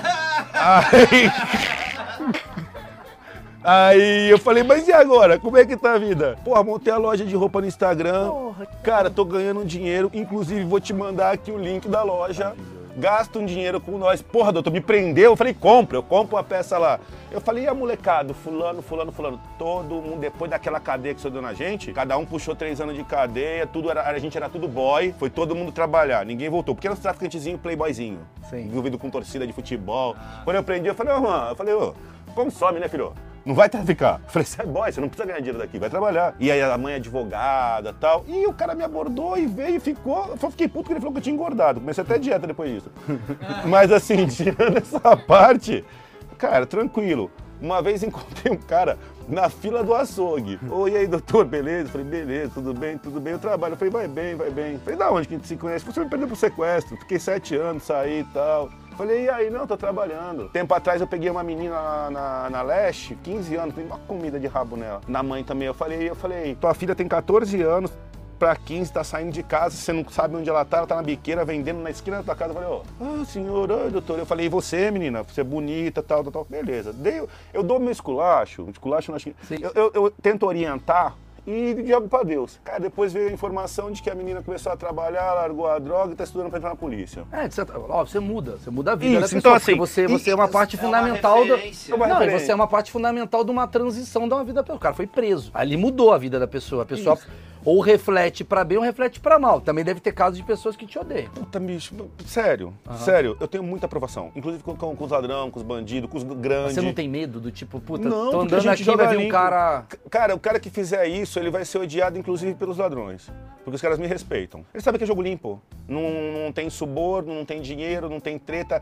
Aí eu falei, mas e agora? Como é que tá a vida? Porra, montei a loja de roupa no Instagram. Cara, tô ganhando dinheiro. Inclusive, vou te mandar aqui o link da loja. Gasta um dinheiro com nós. Porra, doutor, me prendeu. Eu falei, compra. Eu compro uma peça lá. Eu falei, e a molecada? Fulano. Todo mundo, depois daquela cadeia que você deu na gente, cada um puxou 3 anos de cadeia. A gente era tudo boy. Foi todo mundo trabalhar. Ninguém voltou. Porque era uns traficantezinhos, playboyzinho. Sim. Envolvido com torcida de futebol. Quando eu prendi, eu falei, ô, consome, né, filho? Não vai traficar. Eu falei, você é boy, você não precisa ganhar dinheiro daqui, vai trabalhar. E aí a mãe é advogada e tal. E o cara me abordou e veio e ficou. Eu só fiquei puto porque ele falou que eu tinha engordado. Comecei até dieta depois disso. Mas assim, tirando essa parte, cara, tranquilo. Uma vez encontrei um cara na fila do açougue. Ô, e aí, doutor, beleza? Eu falei, beleza, tudo bem, eu trabalho. Eu falei, vai bem. Eu falei, da onde que a gente se conhece? Você me perdeu pro sequestro. Fiquei 7 anos, saí e tal. Falei, e aí? Não, tô trabalhando. Tempo atrás eu peguei uma menina na Leste, 15 anos, tem uma comida de rabo nela. Na mãe também, eu falei, tua filha tem 14 anos, pra 15, tá saindo de casa, você não sabe onde ela tá na biqueira, vendendo na esquina da tua casa. Eu falei, senhor, doutor. Eu falei, e você, menina? Você é bonita, tal. Beleza. Eu dou meu esculacho na China. Eu tento orientar e jogo pra Deus. Cara, depois veio a informação de que a menina começou a trabalhar, largou a droga e tá estudando pra entrar na polícia. Você muda a vida da Isso, pessoa, então, assim, porque você é uma parte fundamental referência. e você é uma parte fundamental de uma transição da vida da pessoa. O cara foi preso. Ali mudou a vida da pessoa. A pessoa ou reflete pra bem ou reflete pra mal. Também deve ter casos de pessoas que te odeiam. Puta, bicho, sério, eu tenho muita aprovação. Inclusive com os ladrões, com os bandidos, com os grandes. Você não tem medo do tipo, puta, Não, tô porque a andando gente aqui e joga vai vir um limpo. cara... Cara, o cara que fizer isso, ele vai ser odiado, inclusive, pelos ladrões. Porque os caras me respeitam. Eles sabem que é jogo limpo. Não tem suborno, não tem dinheiro, não tem treta.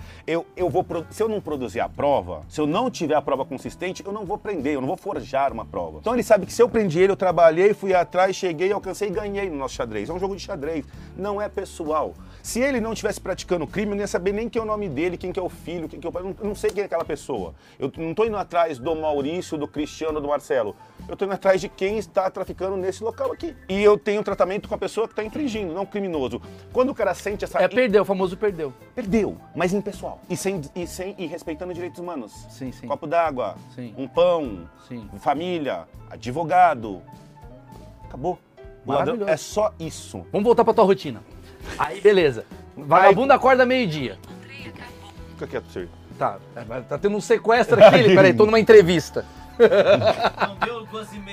Se eu não produzir a prova, se eu não tiver a prova consistente, eu não vou prender, eu não vou forjar uma prova. Então ele sabe que se eu prendi ele, eu trabalhei, fui atrás, cheguei, alcancei e ganhei no nosso xadrez. É um jogo de xadrez, não é pessoal. Se ele não estivesse praticando crime, eu não ia saber nem quem é o nome dele, quem que é o filho, quem que é o pai. Eu não sei quem é aquela pessoa. Eu não estou indo atrás do Maurício, do Cristiano, do Marcelo. Eu estou indo atrás de quem está traficando nesse local aqui. E eu tenho tratamento com a pessoa que está infringindo, não criminoso. Quando o cara sente essa... Perdeu, o famoso perdeu. Perdeu, mas impessoal. E respeitando direitos humanos. Sim, sim. Copo d'água, Sim. um pão, Sim. família, advogado. Acabou. O ladrão Maravilhoso. é só isso. Vamos voltar pra tua rotina. Aí, beleza. Vagabundo acorda meio-dia. Fica quieto, Sir. Tá tendo um sequestro aqui. Peraí, tô numa entrevista. Não deu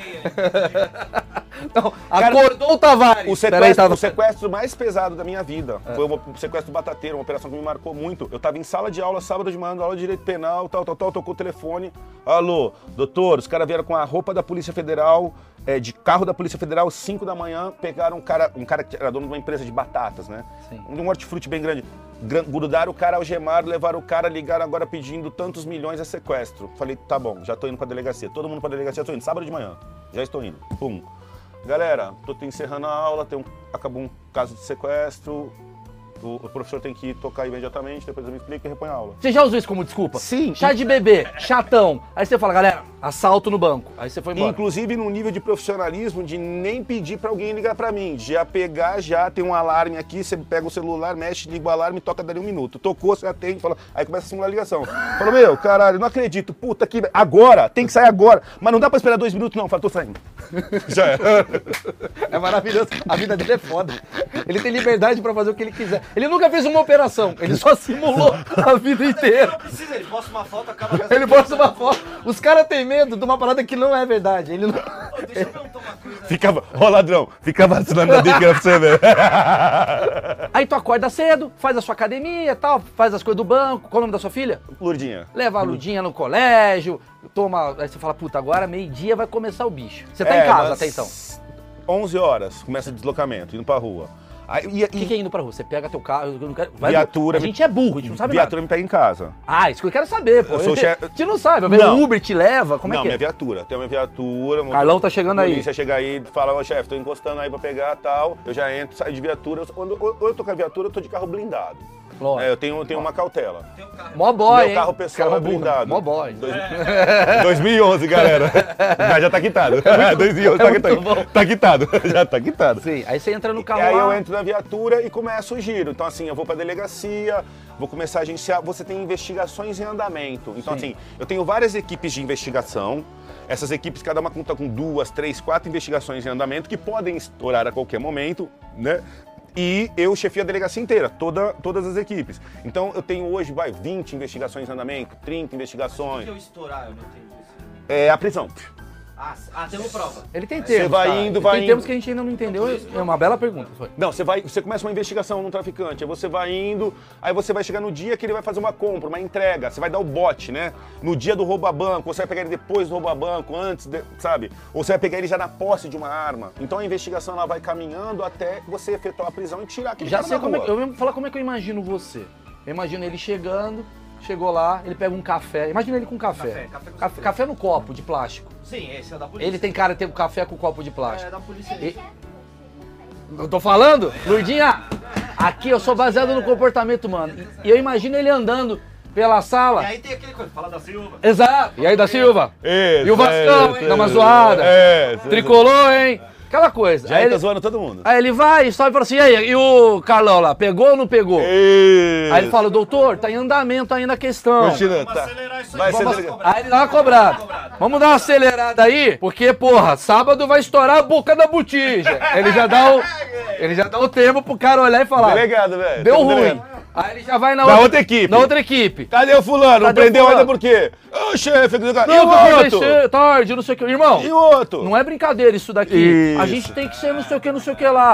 2h30. Não, acordou o Tavares. O sequestro mais pesado da minha vida foi o sequestro do Batateiro, uma operação que me marcou muito. Eu tava em sala de aula, sábado de manhã, aula de direito penal, tocou o telefone. Alô, doutor, os caras vieram com a roupa da Polícia Federal, de carro da Polícia Federal, 5 da manhã, pegaram um cara que era dono de uma empresa de batatas, né? Sim. Um hortifruti bem grande. Grudaram o cara algemado, levaram o cara, ligaram agora pedindo tantos milhões a sequestro. Falei, tá bom, já tô indo pra delegacia. Todo mundo pra delegacia, tô indo, sábado de manhã. Já estou indo. Pum. Galera, tô encerrando a aula, acabou um caso de sequestro. O professor tem que ir tocar imediatamente, depois eu me explico e repõe a aula. Você já usou isso como desculpa? Sim. Chá de bebê, chatão. Aí você fala, galera, assalto no banco. Aí você foi embora. Inclusive num nível de profissionalismo de nem pedir pra alguém ligar pra mim. Já pegar, tem um alarme aqui, você pega o celular, mexe, liga o alarme, toca dali 1 minuto. Tocou, você atende, fala, aí começa a simular a ligação. Fala, meu, caralho, não acredito, puta que... Agora, tem que sair agora. Mas não dá pra esperar 2 minutos não, fala, tô saindo. Já é. É maravilhoso, a vida dele é foda. Ele tem liberdade pra fazer o que ele quiser. Ele nunca fez uma operação, ele só simulou a vida inteira. Não precisa, ele posta uma foto, acaba com Ele posta uma foto. Os caras têm medo de uma parada que não é verdade. Ele não... Ô, deixa eu perguntar uma coisa. Ficava, ladrão, fica vacilando na dica pra você ver. Aí tu acorda cedo, faz a sua academia e tal, faz as coisas do banco. Qual é o nome da sua filha? Lurdinha. Leva a Ludinha no colégio, toma... Aí você fala, puta, agora meio-dia vai começar o bicho. Você tá em casa até então. 11 horas, começa o deslocamento, indo pra rua. O que é indo pra rua? Você pega teu carro, eu não quero... Viatura... A gente é burro, a gente não sabe viatura nada. me pega em casa. Ah, isso que eu quero saber, pô. Eu sou chefe... A gente não sabe, o Uber te leva, como é que é? Não, minha viatura. Tem uma viatura... Carlão tá chegando aí. A polícia chega aí, fala, ô chefe, tô encostando aí pra pegar tal. Eu já entro, saio de viatura. Ou eu tô com a viatura, eu tô de carro blindado. Eu tenho uma cautela. Mó boy, Meu carro pessoal é blindado. Mó boy. 2011, galera. Já tá quitado. 2011 tá quitado. Tá quitado. Já tá quitado. Sim, aí você entra no carro E aí lá. eu entro na viatura e começo o giro. Então assim, eu vou pra delegacia, vou começar a agenciar. Você tem investigações em andamento. Então assim, eu tenho várias equipes de investigação. Essas equipes, cada uma conta com 2, 3, 4 investigações em andamento que podem estourar a qualquer momento, né? E eu chefio a delegacia inteira, todas as equipes. Então eu tenho hoje, 20 investigações em andamento, 30 investigações. O que eu estourar, eu não entendi isso. É a prisão. Temos prova. Ele tem termos, Você vai cara. indo, vai Tem termos indo. que a gente ainda não entendeu, é uma bela pergunta. Não, você começa uma investigação num traficante, aí você vai indo, aí você vai chegar no dia que ele vai fazer uma compra, uma entrega, você vai dar o bote, né? No dia do roubo a banco, ou você vai pegar ele depois do roubo a banco, antes, sabe? Ou você vai pegar ele já na posse de uma arma. Então a investigação ela vai caminhando até você efetuar a prisão e tirar aquele Já cara sei da como é rua. que... Eu vou falar como é que eu imagino você. Eu imagino ele chegando, chegou lá, ele pega um café. Imagina ele com café. Café no copo de plástico. Sim, esse é da polícia. Ele tem cara de ter um café com copo de plástico. É da polícia. Eu tô falando? Lurdinha, aqui eu sou baseado no comportamento, mano. E eu imagino ele andando pela sala. E aí tem aquele coisa, fala da Silva. Exato. E aí, da Silva? Isso, E o Vascão, hein? Dá uma zoada. Tricolor, hein? Aquela coisa. Já aí tá zoando todo mundo. Aí ele vai e sobe e fala assim, e aí, e o Carlão lá, pegou ou não pegou? Isso. Aí ele fala, doutor, tá em andamento ainda a questão. Continua, Vamos tá. acelerar isso aí. Vai Vamos acelerar. cobrar. Aí ele dá uma cobrada. Vamos dar uma acelerada aí, porque, porra, sábado vai estourar a boca da botija. Ele já dá o tempo pro cara olhar e falar, Delegado, velho. deu Tem um ruim. delegado. Aí ele já vai na outra equipe. Na outra equipe. Cadê o fulano? Não Cadê o prendeu fulano? ainda por quê? Ô, chefe, e Não, o vai outro? ser tarde, não sei o que. Irmão, E o outro? não é brincadeira isso daqui. Isso. A gente tem que ser não sei o que lá.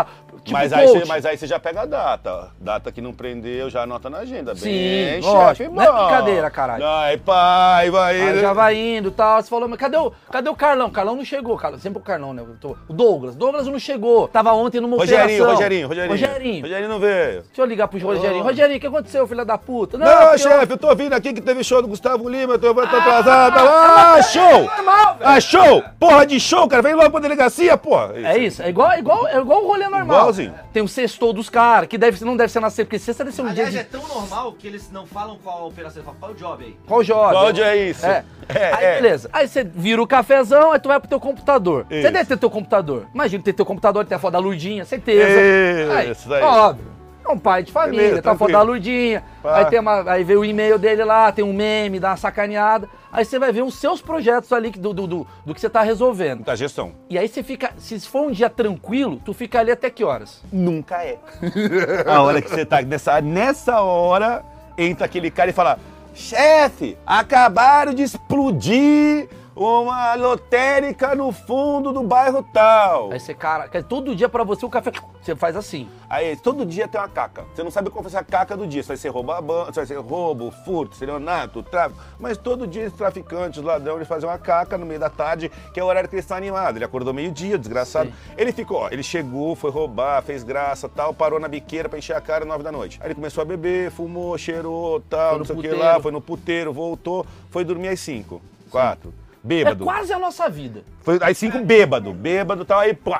Mas aí você já pega a data. Data que não prendeu, já anota na agenda. Sim, bem, lógico. chefe, Não é brincadeira, caralho. Ai, pai, vai. Aí já vai indo e tal. Você falou, mas cadê o Carlão? Carlão não chegou, Carlão. Sempre o Carlão, né? O Douglas. Douglas não chegou. Tava ontem numa operação. Rogerinho não veio. Deixa eu ligar pro Rogerinho. Rogerinho, o que aconteceu, filha da puta? Não, chefe, eu tô vindo aqui que teve show do Gustavo Lima, eu tô atrasado. Show! Show! Porra de show, cara. Vem logo pra delegacia, porra. É isso. É igual o rolê normal. Igualzinho. Tem o sextou dos caras, que não deve ser na sexta, porque sexta deve ser um Aliás, dia é tão normal que eles não falam qual a operação, falam qual o job aí. Qual job? Qual dia é isso? Aí beleza. Aí você vira o cafezão, aí tu vai pro teu computador. Isso. Você deve ter teu computador. Imagina ter teu computador, tem a foto da Lourdinha, certeza. Isso aí. Óbvio. É um pai de família, Beleza, tá a foto da Lourdinha, aí vê o e-mail dele lá, tem um meme, dá uma sacaneada. Aí você vai ver os seus projetos ali do que você tá resolvendo. Da gestão. E aí você fica, se for um dia tranquilo, tu fica ali até que horas? Nunca é. A hora que você tá nessa hora, entra aquele cara e fala: chefe, acabaram de explodir uma lotérica no fundo do bairro tal. Aí você, cara, todo dia pra você o café, você faz assim. Aí todo dia tem uma caca. Você não sabe qual vai ser a caca do dia. Se vai ser roubo, furto, estelionato, tráfico. Mas todo dia os traficantes, os ladrões, eles fazem uma caca no meio da tarde, que é o horário que ele está animado. Ele acordou meio-dia, desgraçado. Sim. Ele ficou, ele chegou, foi roubar, fez graça, tal, parou na biqueira pra encher a cara às 9 da noite. Aí ele começou a beber, fumou, cheirou, tal, não sei o que lá, foi no puteiro, voltou, foi dormir às 5, 4. Bêbado. É quase a nossa vida. Foi às 5 bêbado, tal, aí pá.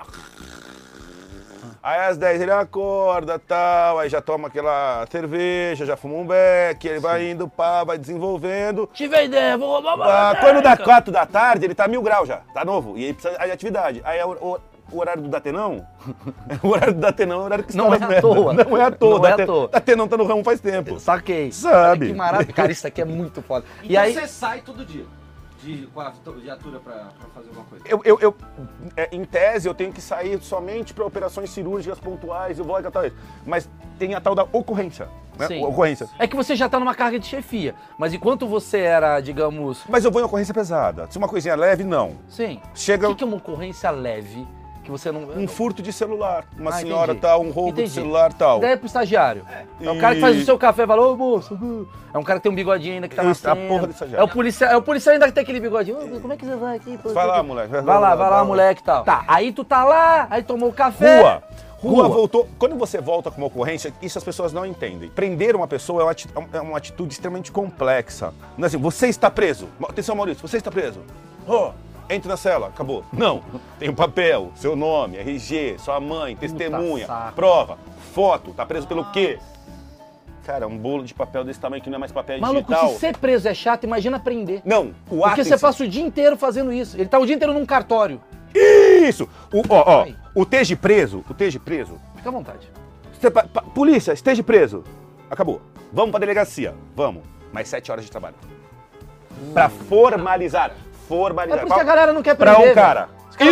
Aí às 10 ele acorda, tal, aí já toma aquela cerveja, já fuma um beck, ele vai indo, pá, vai desenvolvendo. Tive a ideia, vou roubar quando dá 4 da tarde, ele tá 1000 graus já, tá novo, e aí precisa de atividade. Aí o horário do Datenão, o horário do Datenão é o horário que você não tá é nas à toa. Não é à toa. Não é à toa. Datenão tá no ramo faz tempo. Saquei. Sabe. Que maravilha. Cara, isso aqui é muito foda. Então e aí você sai todo dia de viatura pra fazer alguma coisa? Em tese, eu tenho que sair somente para operações cirúrgicas pontuais, eu vou lá tal isso. Mas tem a tal da ocorrência. Né? Sim. Ocorrência. É que você já tá numa carga de chefia, mas enquanto você era, digamos... Mas eu vou em ocorrência pesada. Se uma coisinha leve, não. Sim. Chega... O que é uma ocorrência leve? Que você não... Um furto de celular. Uma senhora entendi. tal, um roubo de celular tal. Daí é pro estagiário. É o cara que faz o seu café e fala, ô moço, é um cara que tem um bigodinho ainda que tá nascendo. A porra do estagiário. É o policial ainda que tem aquele bigodinho. Como é que você vai aqui? Vai lá, moleque. Vai lá, moleque e tal. Tá, aí tu tá lá, aí tomou o café. Rua voltou. Quando você volta com uma ocorrência, isso as pessoas não entendem. Prender uma pessoa é uma atitude extremamente complexa. Não é assim, você está preso. Atenção, Maurício, você está preso. Entre na cela, acabou. Não, tem um papel, seu nome, RG, sua mãe, testemunha, prova, foto, tá preso pelo quê? Cara, um bolo de papel desse tamanho que não é mais papel Maluco, digital. se ser preso é chato, imagina prender. Não, o ato... Porque você passa o dia inteiro fazendo isso. Ele tá o dia inteiro num cartório. Isso! O esteja preso, Fica à vontade. Polícia, esteja preso. Acabou. Vamos pra delegacia, vamos. Mais 7 horas de trabalho. Pra formalizar. É por isso que a galera não quer prender. Pra um cara.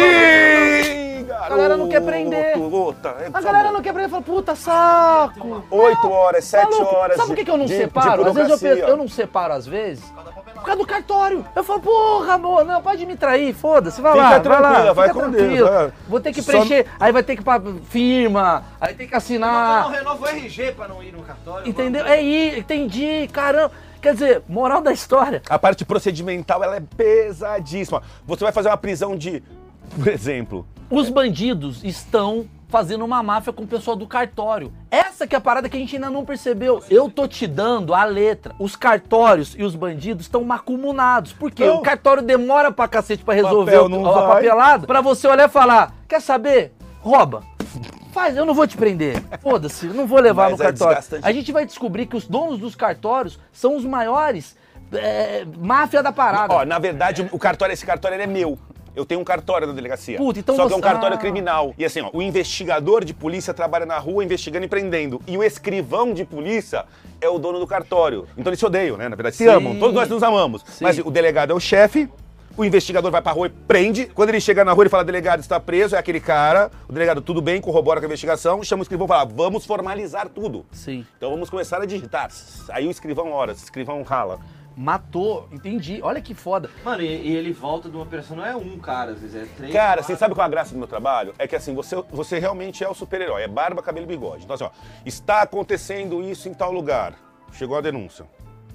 A galera não quer prender. A galera não quer prender. Fala, puta, saco. 8 horas, 7 horas. Sabe por que eu não separo? Às vezes eu não separo, às vezes. Por causa do cartório. Eu falo, porra, amor, não, pode me trair, foda-se, vai lá, vai com Deus. Vou ter que preencher, aí vai ter que firma, aí tem que assinar. Não renova o RG pra não ir no cartório. Entendeu? Entendi, caramba. Quer dizer, moral da história. A parte procedimental, ela é pesadíssima. Você vai fazer uma prisão de, por exemplo... Os bandidos estão fazendo uma máfia com o pessoal do cartório. Essa que é a parada que a gente ainda não percebeu. Eu tô te dando a letra. Os cartórios e os bandidos estão macumunados. Por quê? O cartório demora pra cacete pra resolver a papelada. Pra você olhar e falar, quer saber? Rouba. Faz, eu não vou te prender. Foda-se, não vou levar no cartório. A gente vai descobrir que os donos dos cartórios são os maiores máfia da parada. Na verdade, esse cartório ele é meu. Eu tenho um cartório na delegacia. Puta, então só que é um cartório criminal. E assim, o investigador de polícia trabalha na rua investigando e prendendo. E o escrivão de polícia é o dono do cartório. Então eles se odeiam, né? Na verdade, se amam. Todos nós nos amamos. Sim. Mas o delegado é o chefe. O investigador vai pra rua e prende. Quando ele chega na rua e fala, delegado está preso, é aquele cara. O delegado, tudo bem, corrobora com a investigação. Chama o escrivão e fala, vamos formalizar tudo. Sim. Então vamos começar a digitar. Aí o escrivão ora, o escrivão rala. Matou, entendi. Olha que foda. Mano, e ele volta de uma operação, não é um cara, às vezes é 3. Cara, você sabe qual é a graça do meu trabalho? É que assim, você realmente é o super-herói, é barba, cabelo e bigode. Então assim, ó, está acontecendo isso em tal lugar. Chegou a denúncia.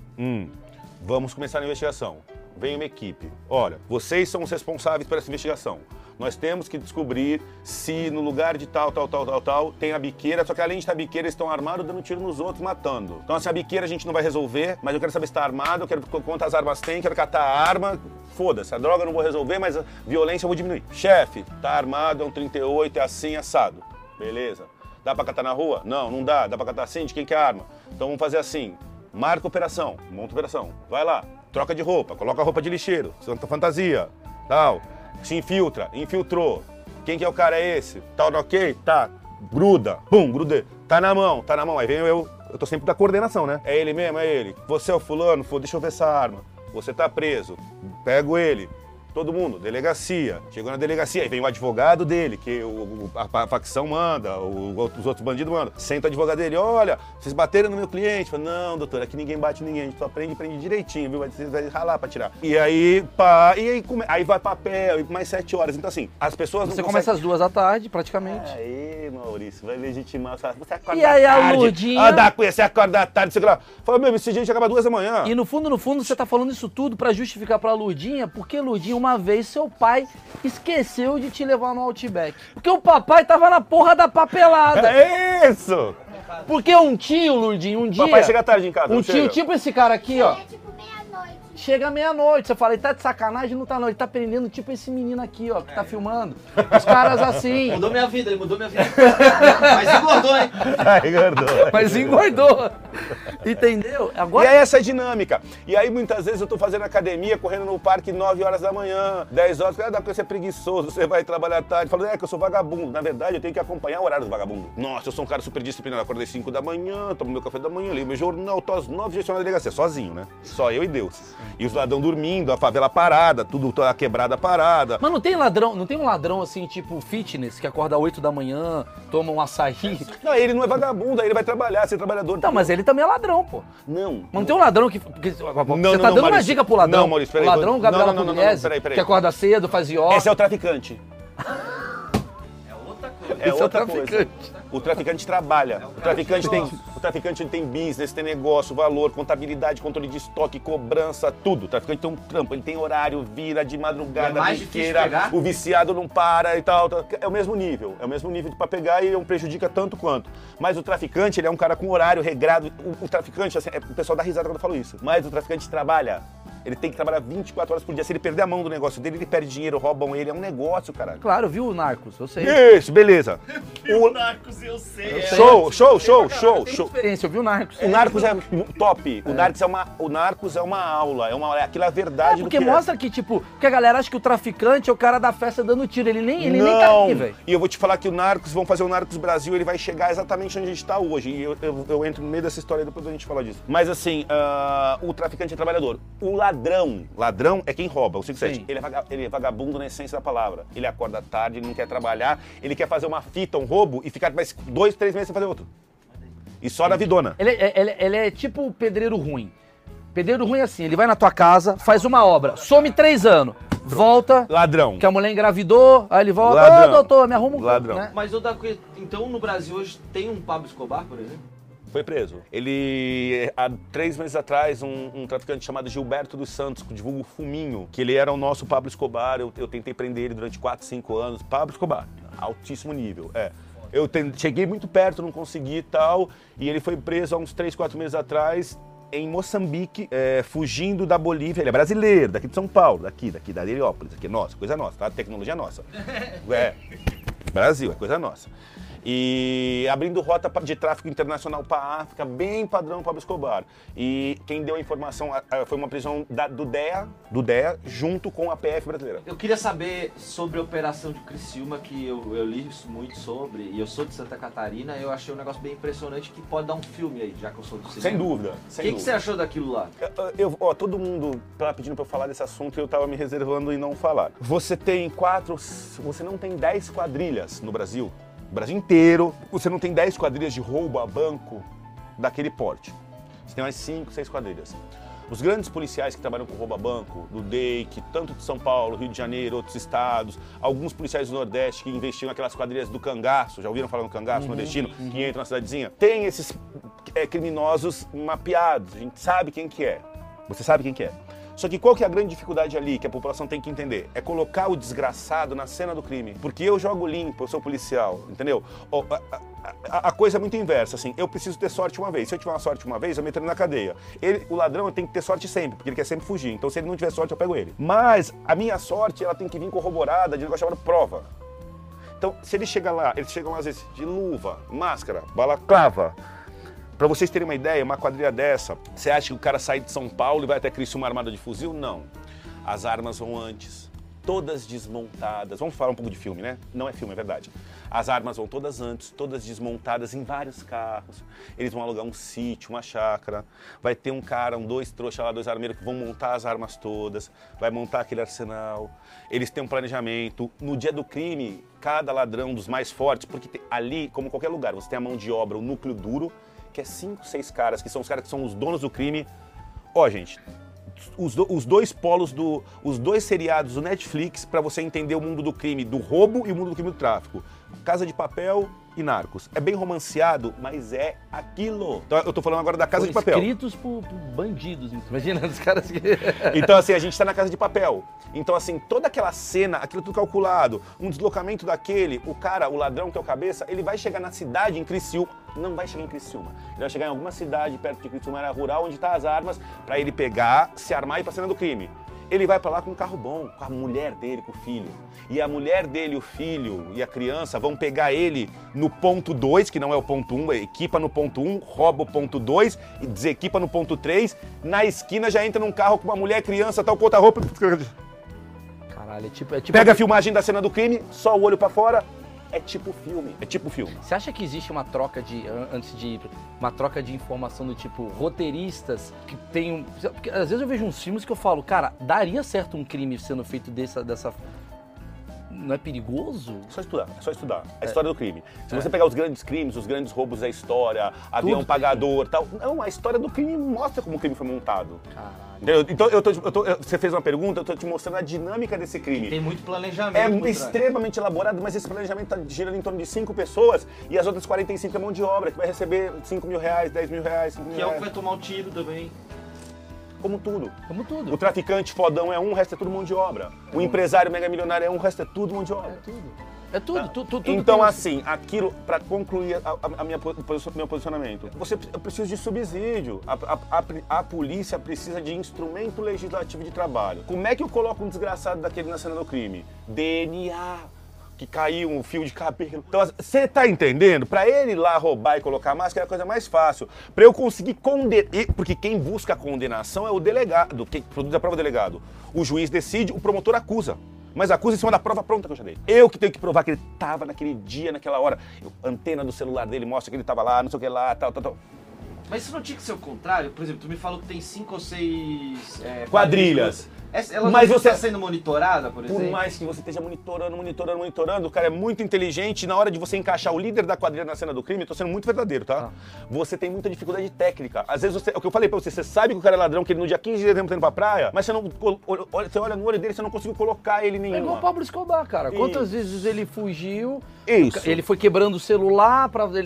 Vamos começar a investigação. Vem uma equipe. Olha, vocês são os responsáveis por essa investigação. Nós temos que descobrir se no lugar de tal, tem a biqueira, só que além de estar a biqueira, eles estão armados, dando tiro nos outros, matando. Então, assim, a biqueira a gente não vai resolver, mas eu quero saber se está armado, eu quero quantas armas tem, quero catar a arma. Foda-se, a droga eu não vou resolver, mas a violência eu vou diminuir. Chefe, tá armado, é um 38, é assim, assado. Beleza. Dá pra catar na rua? Não, não dá. Dá pra catar assim? De quem que é a arma? Então vamos fazer assim. Marca operação, monta operação. Vai lá, troca de roupa, coloca a roupa de lixeiro, santa fantasia, tal. Se infiltra, infiltrou. Quem que é o cara? É esse? Tá ok? Tá. Gruda. Pum, grudei. Tá na mão. Aí vem eu tô sempre da coordenação, né? É ele mesmo, é ele. Você é o fulano? Deixa eu ver essa arma. Você tá preso. Pego ele. Todo mundo, delegacia. Chegou na delegacia, aí vem o advogado dele, que a facção manda, os outros bandidos mandam. Senta o advogado dele, olha, vocês bateram no meu cliente. Fala, não, doutor, aqui ninguém bate ninguém, a gente só prende direitinho, viu? Você vai ralar pra tirar. E aí, aí vai papel, mais 7 horas. Então assim, as pessoas não Você começa às 2 da tarde, praticamente. Aí, Maurício, vai legitimar. Você acorda e aí à tarde, a Lourdinha... Você acorda à tarde, você fala, meu, esse dia acaba 2 da manhã. E no fundo, você tá falando isso tudo pra justificar pra Lourdinha, porque Lourdinha, uma vez, seu pai esqueceu de te levar no Outback. Porque o papai tava na porra da papelada. É isso! Porque um tio, Lourdinha, um dia... Papai chega tarde em casa, um tio, tipo esse cara aqui, ó. É tipo meia-noite. Chega meia-noite, você fala, ele tá de sacanagem? Não tá não, ele tá prendendo tipo esse menino aqui, ó, que tá filmando. Os caras assim... Mudou minha vida, ele mudou minha vida. Mas engordou, hein? Mas engordou. Entendeu? Agora... E é essa a dinâmica. E aí muitas vezes eu tô fazendo academia, correndo no parque 9 horas da manhã, 10 horas, dá pra você é preguiçoso, você vai trabalhar tarde. Falo, que eu sou vagabundo. Na verdade, eu tenho que acompanhar o horário do vagabundo. Nossa, eu sou um cara super disciplinado. Acordei 5 da manhã, tomo meu café da manhã, leio meu jornal, tô às 9 já estou na delegacia, sozinho, né? Só eu e Deus. E os ladrão dormindo, a favela parada, tudo, a quebrada parada. Mas não tem um ladrão assim, tipo fitness, que acorda às 8 da manhã, toma um açaí? Não, ele não é vagabundo, aí ele vai trabalhar, ser trabalhador. Não, mas ele também é ladrão, pô. Não. Não tem um ladrão que você tá dando Maurício. uma dica pro ladrão. Não, Maurício, peraí. O ladrão, Gabriela Pugliese, peraí. que acorda cedo, faz yoga. Esse é o traficante. É Esse outra é o coisa. traficante. O traficante trabalha. O traficante tem business, tem negócio, valor, contabilidade, controle de estoque, cobrança, tudo. O traficante tem um trampo, ele tem horário, vira de madrugada, É mais difícil pegar? o viciado não para e tal. É o mesmo nível pra pegar e não prejudica tanto quanto. Mas o traficante, ele é um cara com horário regrado. O traficante, assim, o pessoal dá risada quando eu falo isso. Mas o traficante trabalha. Ele tem que trabalhar 24 horas por dia. Se ele perder a mão do negócio dele, ele perde dinheiro, roubam ele. É um negócio, caralho. Claro, viu o Narcos? Eu sei. Isso, beleza. O Narcos, eu sei. Show. Eu tenho experiência, eu vi o Narcos. O Narcos é top. O Narcos é uma aula. Aquilo é a verdade porque do que mostra que, tipo, que a galera acha que o traficante é o cara da festa dando tiro. Ele nem tá aqui, velho. E eu vou te falar que o Narcos, vão fazer o Narcos Brasil, ele vai chegar exatamente onde a gente tá hoje. E eu entro no meio dessa história, depois a gente fala disso. Mas assim, o traficante é trabalhador. O ladrão é quem rouba, o 57. Ele é vagabundo na essência da palavra. Ele acorda tarde, ele não quer trabalhar, ele quer fazer uma fita, um roubo e ficar mais 2, 3 meses sem fazer outro. E só na vidona. Ele é tipo o pedreiro ruim. Pedreiro ruim é assim, ele vai na tua casa, faz uma obra, some 3 anos, volta... Ladrão. Que a mulher engravidou, aí ele volta, Ladrão. Doutor, me arruma um... Ladrão. Né? Mas, então, no Brasil hoje tem um Pablo Escobar, por exemplo? Foi preso. Ele, há 3 meses atrás, um traficante chamado Gilberto dos Santos, que divulga o Fuminho, que ele era o nosso Pablo Escobar, eu tentei prender ele durante 4, 5 anos. Pablo Escobar, altíssimo nível, Eu cheguei muito perto, não consegui e tal, e ele foi preso há uns 3, 4 meses atrás, em Moçambique, fugindo da Bolívia. Ele é brasileiro, daqui de São Paulo, daqui da Heliópolis, aqui é nossa, coisa nossa, tá? Tecnologia nossa. Brasil, é coisa nossa. E abrindo rota de tráfico internacional para a África, bem padrão Pablo Escobar. E quem deu a informação foi uma prisão do DEA, junto com a PF brasileira. Eu queria saber sobre a Operação de Criciúma, que eu li muito sobre, e eu sou de Santa Catarina, eu achei um negócio bem impressionante que pode dar um filme aí, já que eu sou do cinema. Sem dúvida. O que você achou daquilo lá? Todo mundo tava pedindo para eu falar desse assunto e eu tava me reservando em não falar. Você não tem 10 quadrilhas no Brasil. O Brasil inteiro, você não tem 10 quadrilhas de roubo a banco daquele porte. Você tem umas 5, 6 quadrilhas. Os grandes policiais que trabalham com rouba-banco, do DEIC, tanto de São Paulo, Rio de Janeiro, outros estados, alguns policiais do Nordeste que investigam aquelas quadrilhas do cangaço, já ouviram falar no cangaço nordestino, que entra na cidadezinha? Tem esses criminosos mapeados, a gente sabe quem que é. Você sabe quem que é. Só que qual que é a grande dificuldade ali, que a população tem que entender? É colocar o desgraçado na cena do crime. Porque eu jogo limpo, eu sou policial, entendeu? A coisa é muito inversa, assim, eu preciso ter sorte uma vez. Se eu tiver uma sorte uma vez, eu meto ele na cadeia. O ladrão tem que ter sorte sempre, porque ele quer sempre fugir. Então se ele não tiver sorte, eu pego ele. Mas a minha sorte, ela tem que vir corroborada de um negócio chamado prova. Então, se ele chega lá, eles chegam às vezes de luva, máscara, balaclava. Pra vocês terem uma ideia, uma quadrilha dessa, você acha que o cara sai de São Paulo e vai até Criciúma armada de fuzil? Não. As armas vão antes, todas desmontadas. Vamos falar um pouco de filme, né? Não é filme, é verdade. As armas vão todas antes, todas desmontadas em vários carros. Eles vão alugar um sítio, uma chácara. Vai ter um cara, dois trouxas lá, dois armeiros que vão montar as armas todas. Vai montar aquele arsenal. Eles têm um planejamento. No dia do crime, cada ladrão dos mais fortes, porque ali, como em qualquer lugar, você tem a mão de obra, o núcleo duro, que é 5, 6 caras, que são os caras que são os donos do crime. Ó, gente, os dois polos, os dois seriados do Netflix para você entender o mundo do crime, do roubo e o mundo do crime do tráfico. Casa de Papel e Narcos. É bem romanceado, mas é aquilo. Então eu tô falando agora da Casa de Papel. Escritos por bandidos, imagina os caras que... Então assim, a gente tá na Casa de Papel. Então assim, toda aquela cena, aquilo tudo calculado, um deslocamento daquele, o ladrão que é o cabeça, ele vai chegar na cidade, em Criciúma. Não vai chegar em Criciúma. Ele vai chegar em alguma cidade perto de Criciúma, área rural, onde tá as armas, pra ele pegar, se armar e ir pra cena do crime. Ele vai pra lá com um carro bom, com a mulher dele, com o filho. E a mulher dele, o filho e a criança vão pegar ele no ponto 2, que não é o ponto 1, equipa no ponto 1, rouba o ponto 2, e desequipa no ponto 3. Na esquina já entra num carro com uma mulher, criança, tal, com outra roupa. Caralho, é tipo... Pega a filmagem da cena do crime, só o olho pra fora. É tipo filme, é tipo filme. Você acha que existe uma troca antes de ir, uma troca de informação do tipo roteiristas que tem porque às vezes eu vejo uns filmes que eu falo, cara, daria certo um crime sendo feito dessa... Não é perigoso? É só estudar. A história do crime. Se você pegar os grandes crimes, os grandes roubos da história, avião pagador e tal... Não, a história do crime mostra como o crime foi montado. Caralho. Entendeu? Então, você fez uma pergunta, eu tô te mostrando a dinâmica desse crime. Tem muito planejamento. É extremamente elaborado, mas esse planejamento tá girando em torno de 5 pessoas e as outras 45 é mão de obra, que vai receber 5 mil reais, 10 mil reais, 5 mil reais. Que é o que vai tomar o tiro também. Como tudo. Como tudo. O traficante fodão é um, o resto é tudo mão de obra. O empresário mega milionário é um, o resto é tudo mão de obra. É tudo. Tudo. Então, assim, aquilo, para concluir meu posicionamento, eu preciso de subsídio. A polícia precisa de instrumento legislativo de trabalho. Como é que eu coloco um desgraçado daquele na cena do crime? DNA. Que caiu um fio de cabelo. Então, você tá entendendo? Pra ele ir lá roubar e colocar máscara é a coisa mais fácil. Pra eu conseguir condenar... Porque quem busca a condenação é o delegado, quem produz a prova é o delegado. O juiz decide, o promotor acusa. Mas acusa em cima da prova pronta que eu já dei. Eu que tenho que provar que ele tava naquele dia, naquela hora. A antena do celular dele mostra que ele tava lá, não sei o que lá, tal. Mas isso não tinha que ser o contrário? Por exemplo, tu me falou que tem 5 ou 6 quadrilhas. Ela não está sendo monitorada, por exemplo? Por mais que você esteja monitorando, o cara é muito inteligente. Na hora de você encaixar o líder da quadrilha na cena do crime, eu tô sendo muito verdadeiro, tá? Você tem muita dificuldade técnica. Às vezes, é o que eu falei pra você sabe que o cara é ladrão, que ele no dia 15 de dezembro tá indo pra praia, mas você olha no olho dele, você não conseguiu colocar ele nenhuma. É igual o Pablo Escobar, cara. Quantas vezes ele fugiu, Isso. Ele foi quebrando o celular,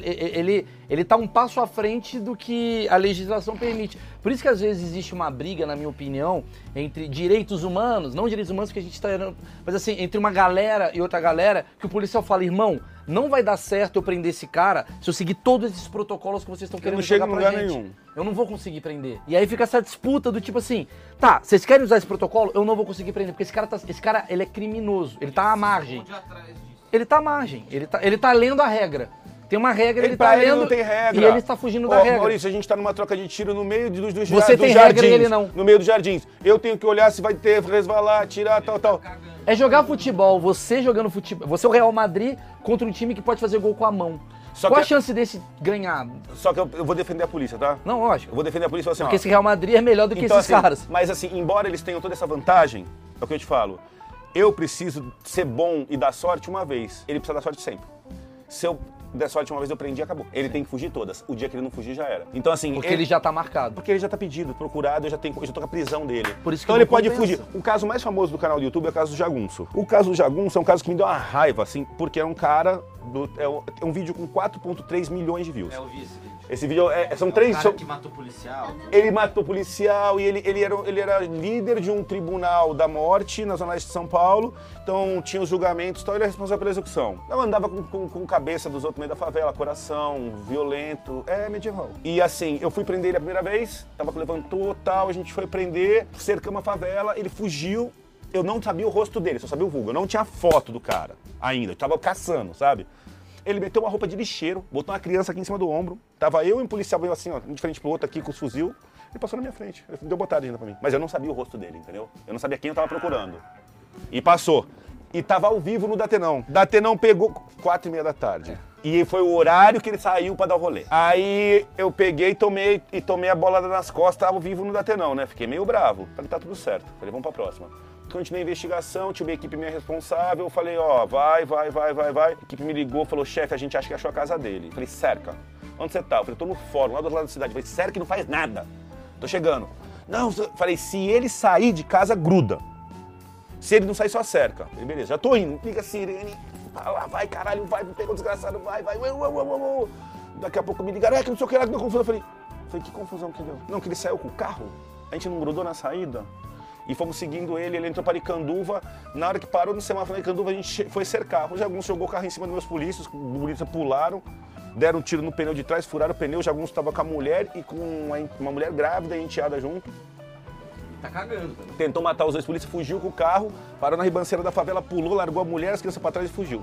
ele tá um passo à frente do que a legislação permite. Por isso que às vezes existe uma briga, na minha opinião, entre direitos humanos, não direitos humanos que a gente tá... Mas assim, entre uma galera e outra galera, que o policial fala, irmão, não vai dar certo eu prender esse cara se eu seguir todos esses protocolos que vocês estão querendo jogar pra gente. Eu não chego em lugar nenhum. Eu não vou conseguir prender. E aí fica essa disputa do tipo assim, tá, vocês querem usar esse protocolo? Eu não vou conseguir prender, porque esse cara ele é criminoso, ele tá à margem. Ele tá à margem, ele tá lendo a regra. Tem uma regra, ele tá lendo, não tem regra. E ele está fugindo da regra. Maurício, a gente tá numa troca de tiro no meio dos Você tem regra e ele não. No meio dos jardins. Eu tenho que olhar se vai ter, resvalar, tirar, tal. É jogar futebol, você jogando futebol. Você é o Real Madrid contra um time que pode fazer gol com a mão. Qual a chance desse ganhar? Só que eu vou defender a polícia, tá? Não, lógico. Eu vou defender a polícia assim, porque esse Real Madrid é melhor do que esses caras. Mas assim, embora eles tenham toda essa vantagem, é o que eu te falo. Eu preciso ser bom e dar sorte uma vez. Ele precisa dar sorte sempre. der sorte uma vez eu prendi e acabou. Ele tem que fugir todas. O dia que ele não fugir já era. Então assim... Porque ele já tá marcado. Porque ele já tá pedido, procurado, eu já tô com a prisão dele. Por isso que então não ele pode compensa. fugir. O caso mais famoso do canal do YouTube é o caso do Jagunço. O caso do Jagunço é um caso que me deu uma raiva, assim, porque é um cara... É um vídeo com 4,3 milhões de views. Eu vi esse vídeo. Esse vídeo são três... O cara que matou policial. Ele matou policial e ele era líder de um tribunal da morte na zona leste de São Paulo. Então tinha os julgamentos, então ele é responsável pela execução. Eu andava com cabeça dos outros no meio da favela, coração, violento, medieval. E assim, eu fui prender ele a primeira vez, levantou, tal, a gente foi prender, cercamos a favela, ele fugiu. Eu não sabia o rosto dele, só sabia o vulgo. Eu não tinha foto do cara ainda, eu tava caçando, sabe? Ele meteu uma roupa de lixeiro, botou uma criança aqui em cima do ombro. Tava eu e um policial veio assim, ó, um de frente pro outro aqui com os fuzil. Ele passou na minha frente. Ele deu boa tarde ainda pra mim. Mas eu não sabia o rosto dele, entendeu? Eu não sabia quem eu tava procurando. E passou. E tava ao vivo no Datenão. Datenão pegou 4h30 da tarde. E foi o horário que ele saiu pra dar o rolê. Aí eu peguei e tomei a bolada nas costas, tava ao vivo no Datenão, né? Fiquei meio bravo. Falei, tá tudo certo. Falei, vamos pra próxima. Continuei a investigação, tinha uma equipe minha responsável, falei, ó, vai. A equipe me ligou, falou, chefe, a gente acha que achou a casa dele. Falei, cerca, onde você tá? Eu falei, tô no fórum, lá do outro lado da cidade. Falei, cerca que não faz nada. Tô chegando. Não, falei, se ele sair de casa, gruda. Se ele não sair, só cerca. Falei, beleza, já tô indo. Liga a sirene, vai, caralho, vai, pegou o desgraçado, vai. Daqui a pouco me ligaram, que não sei o que lá, que deu confusão. Eu falei, que confusão que deu? Não, que ele saiu com o carro, a gente não grudou na saída. E fomos seguindo ele entrou para Icanduva. Na hora que parou no semáforo de Icanduva, a gente foi cercar. O Jagunço jogou o carro em cima dos meus polícias, os polícias pularam, deram um tiro no pneu de trás, furaram o pneu. O Jagunço estava com a mulher e com uma mulher grávida e enteada junto. Tá cagando também. Tentou matar os dois polícias, fugiu com o carro, parou na ribanceira da favela, pulou, largou a mulher, as crianças para trás e fugiu.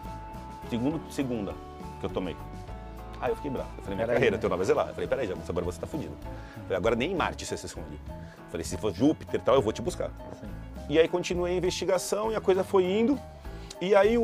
Segunda que eu tomei. Aí eu fiquei bravo. Eu falei, minha carreira, teu nome é Zelar. Eu falei, peraí, Jagunço, agora você tá fudido. Eu falei, agora nem em Marte você se esconde. Eu falei, se for Júpiter e tal, eu vou te buscar. Sim. E aí continuei a investigação e a coisa foi indo. E aí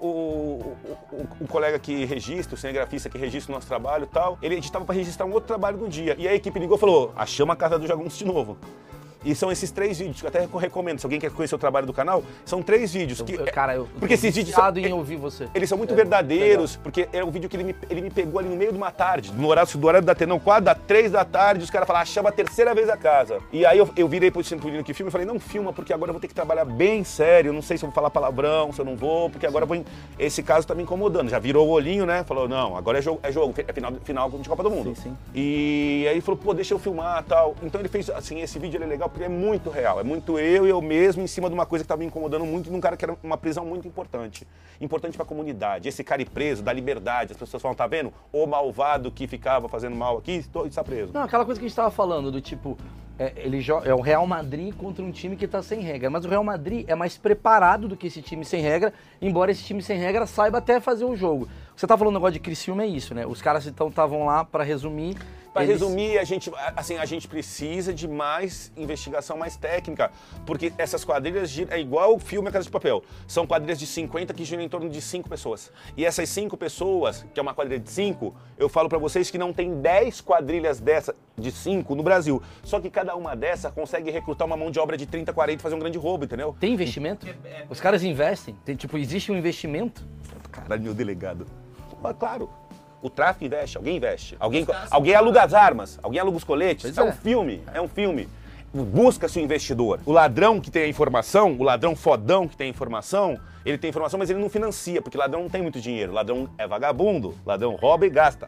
o colega que registra, o cinegrafista que registra o nosso trabalho e tal, ele estava para registrar um outro trabalho no dia. E aí a equipe ligou e falou, achamos a casa do Jagunço de novo. E são esses 3 vídeos que eu até recomendo, se alguém quer conhecer o trabalho do canal, são 3 vídeos. Porque esses vídeos são, em ouvir você. Eles são muito verdadeiros, porque é um vídeo que ele me pegou ali no meio de uma tarde, no horário do Datenão, 3 da tarde, os caras falaram, achava a terceira vez a casa. E aí eu virei pro Cinturino que filma e falei, não filma, porque agora eu vou ter que trabalhar bem sério, não sei se eu vou falar palavrão, se eu não vou, porque agora esse caso tá me incomodando. Já virou o olhinho, né? Falou, não, agora é jogo, final de Copa do Mundo. Sim. E aí ele falou, pô, deixa eu filmar e tal. Então ele fez, assim, esse vídeo ele é legal, porque é muito real, é muito eu mesmo em cima de uma coisa que estava me incomodando muito, de um cara que era uma prisão muito importante para a comunidade. Esse cara ir preso, dá liberdade, as pessoas falam, tá vendo? O malvado que ficava fazendo mal aqui, está preso. Não, aquela coisa que a gente estava falando, do tipo, é o Real Madrid contra um time que está sem regra, mas o Real Madrid é mais preparado do que esse time sem regra, embora esse time sem regra saiba até fazer o jogo. Você tá falando um negócio de Criciúma, é isso, né? Os caras então estavam lá, para resumir... Para resumir, a gente precisa de mais investigação, mais técnica, porque essas quadrilhas é igual o filme A Casa de Papel. São quadrilhas de 50 que giram em torno de 5 pessoas. E essas 5 pessoas, que é uma quadrilha de 5, eu falo para vocês que não tem 10 quadrilhas dessa de 5 no Brasil. Só que cada uma dessa consegue recrutar uma mão de obra de 30, 40 e fazer um grande roubo, entendeu? Tem investimento? Os caras investem? Existe um investimento? Caralho, meu delegado. Claro. O tráfico investe, alguém investe. Alguém aluga as armas, alguém aluga os coletes. É um filme. Busca-se o investidor. O ladrão que tem a informação, o ladrão fodão que tem a informação, ele tem informação, mas ele não financia, porque ladrão não tem muito dinheiro. Ladrão é vagabundo, ladrão rouba e gasta.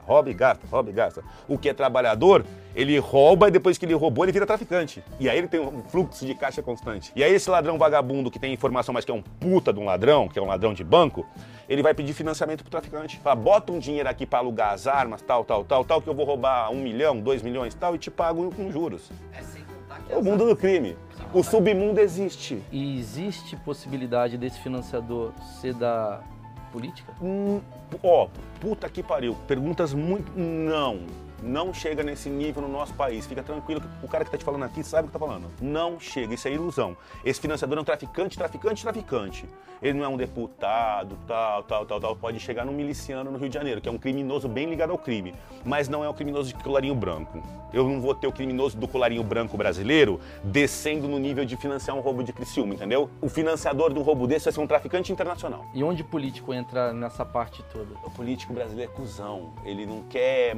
O que é trabalhador, ele rouba e depois que ele roubou, ele vira traficante. E aí ele tem um fluxo de caixa constante. E aí esse ladrão vagabundo que tem informação, mas que é um puta de um ladrão, que é um ladrão de banco, ele vai pedir financiamento pro traficante. Fala, bota um dinheiro aqui para alugar as armas, tal, que eu vou roubar 1 milhão, 2 milhões, tal, e te pago com juros. É o mundo do crime. O submundo existe. E existe possibilidade desse financiador ser da política? Puta que pariu. Perguntas muito... Não chega nesse nível no nosso país. Fica tranquilo que o cara que tá te falando aqui sabe o que tá falando. Não chega, isso é ilusão. Esse financiador é um traficante. Ele não é um deputado, tal. Pode chegar num miliciano no Rio de Janeiro, que é um criminoso bem ligado ao crime. Mas não é o criminoso de colarinho branco. Eu não vou ter o criminoso do colarinho branco brasileiro descendo no nível de financiar um roubo de Criciúma, entendeu? O financiador de um roubo desse vai ser um traficante internacional. E onde o político entra nessa parte toda? O político brasileiro é cuzão. Ele não quer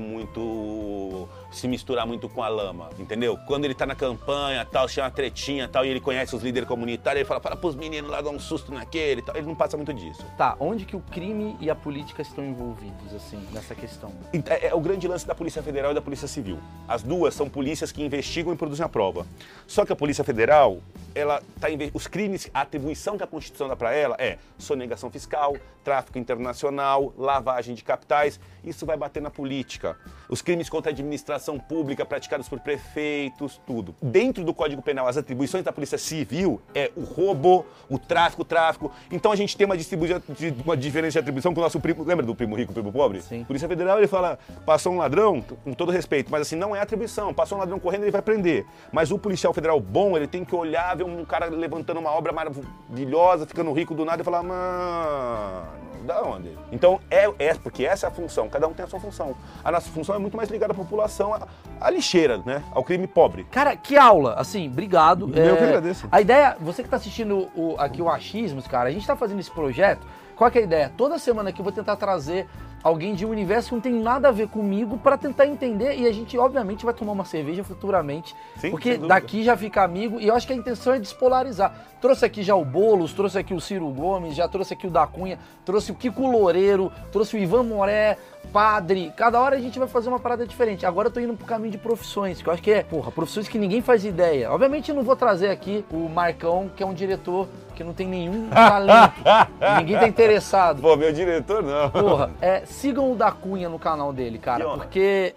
muito se misturar muito com a lama, entendeu? Quando ele tá na campanha, tal, chama uma tretinha, tal, e ele conhece os líderes comunitários, ele fala pros meninos lá, dá um susto naquele, tal. Ele não passa muito disso. Tá, onde que o crime e a política estão envolvidos, assim, nessa questão? É o grande lance da Polícia Federal e da Polícia Civil. As duas são polícias que investigam e produzem a prova. Só que a Polícia Federal, ela tá os crimes, a atribuição que a Constituição dá para ela é sonegação fiscal, tráfico internacional, lavagem de capitais. Isso vai bater na política. Os crimes contra a administração pública praticados por prefeitos, tudo. Dentro do Código Penal, as atribuições da Polícia Civil é o roubo, o tráfico. Então a gente tem uma diferença de atribuição com o nosso primo. Lembra do primo rico e primo pobre? Sim. Polícia Federal, ele fala, passou um ladrão, com todo respeito, mas assim, não é atribuição. Passou um ladrão correndo, ele vai prender. Mas o policial federal bom, ele tem que olhar, ver um cara levantando uma obra maravilhosa, ficando rico do nada e falar, mano, da onde? Então, porque essa é a função, cada um tem a sua função. A nossa função é muito mais ligada à população, à lixeira, né? Ao crime pobre. Cara, que aula, assim, obrigado. Eu que agradeço. A ideia, você que tá assistindo aqui o Achismos, cara, a gente tá fazendo esse projeto, qual que é a ideia? Toda semana aqui eu vou tentar trazer alguém de um universo que não tem nada a ver comigo para tentar entender, e a gente obviamente vai tomar uma cerveja futuramente, sim, porque daqui já fica amigo, e eu acho que a intenção é despolarizar. Trouxe aqui já o Boulos, trouxe aqui o Ciro Gomes, já trouxe aqui o da Cunha, trouxe o Kiko Loureiro, trouxe o Ivan Moré, Padre, cada hora a gente vai fazer uma parada diferente. Agora eu tô indo pro caminho de profissões, que eu acho que profissões que ninguém faz ideia. Obviamente eu não vou trazer aqui o Marcão, que é um diretor que não tem nenhum talento, ninguém tá interessado. Pô, meu diretor não. Porra, sigam o da Cunha no canal dele, cara, porque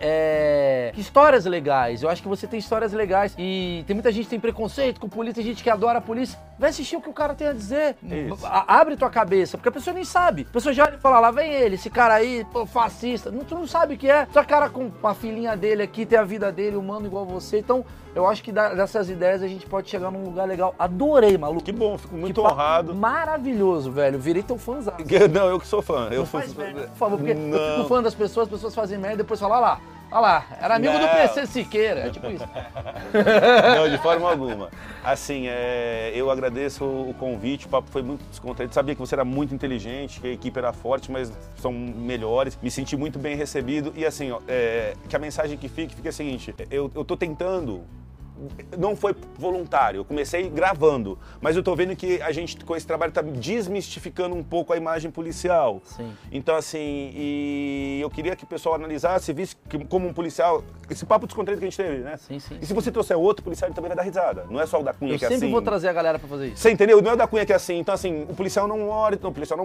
que histórias legais, eu acho que você tem histórias legais e tem muita gente que tem preconceito com polícia, tem gente que adora a polícia, vai assistir o que o cara tem a dizer, abre tua cabeça, porque a pessoa nem sabe, a pessoa já olha e fala, lá vem ele, esse cara aí, pô, fascista, tu não sabe o que é, só cara com a filhinha dele aqui, tem a vida dele, humano igual você, então eu acho que dessas ideias a gente pode chegar num lugar legal. Adorei, maluco. Que bom, fico muito honrado. Maravilhoso, velho. Virei teu fãzão. Não, eu que sou fã. Não faz merda, por favor, porque eu fico fã das pessoas, as pessoas fazem merda e depois falam, olha lá, era amigo do PC Siqueira. É tipo isso. Não, de forma alguma. Assim, eu agradeço o convite, o papo foi muito descontraído. Sabia que você era muito inteligente, que a equipe era forte, mas são melhores. Me senti muito bem recebido e assim, que a mensagem que fica é a seguinte, eu tô tentando. Não foi voluntário, eu comecei gravando, mas eu tô vendo que a gente com esse trabalho tá desmistificando um pouco a imagem policial. Sim. Então assim, e eu queria que o pessoal analisasse, visse que, como um policial, esse papo descontraído que a gente teve, né? Sim, sim. E se você trouxer outro policial, ele também vai dar risada. Não é só o da Cunha que é assim. Eu sempre vou trazer a galera pra fazer isso. Você entendeu? Não é o da Cunha que é assim. Então assim, o policial não morde,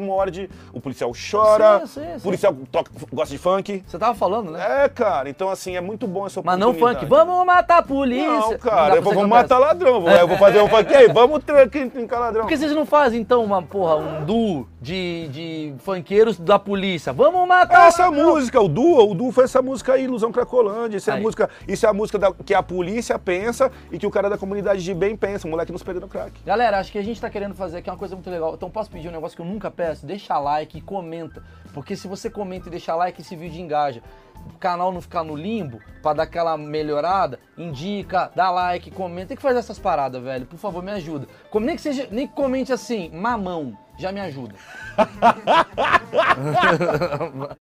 o policial chora, o policial gosta de funk. Você tava falando, né? Cara, então assim, é muito bom essa Mas oportunidade. não funk, vamos matar a polícia. Não, cara, vamos matar ladrão. Eu vou fazer um funk aí, vamos trincar ladrão. Por que vocês não fazem, então, um duo de funkeiros da polícia? Vamos matar essa música, o duo foi essa música aí, Ilusão Cracolândia. Isso é a música que a polícia pensa e que o cara da comunidade de bem pensa, o moleque nos perdendo crack. Galera, acho que a gente tá querendo fazer aqui uma coisa muito legal. Então posso pedir um negócio que eu nunca peço? Deixa like e comenta. Porque se você comenta e deixa like, esse vídeo engaja. O canal não ficar no limbo, pra dar aquela melhorada, indica, dá like, comenta. Tem que fazer essas paradas, velho. Por favor, me ajuda. Nem que comente assim, mamão, já me ajuda.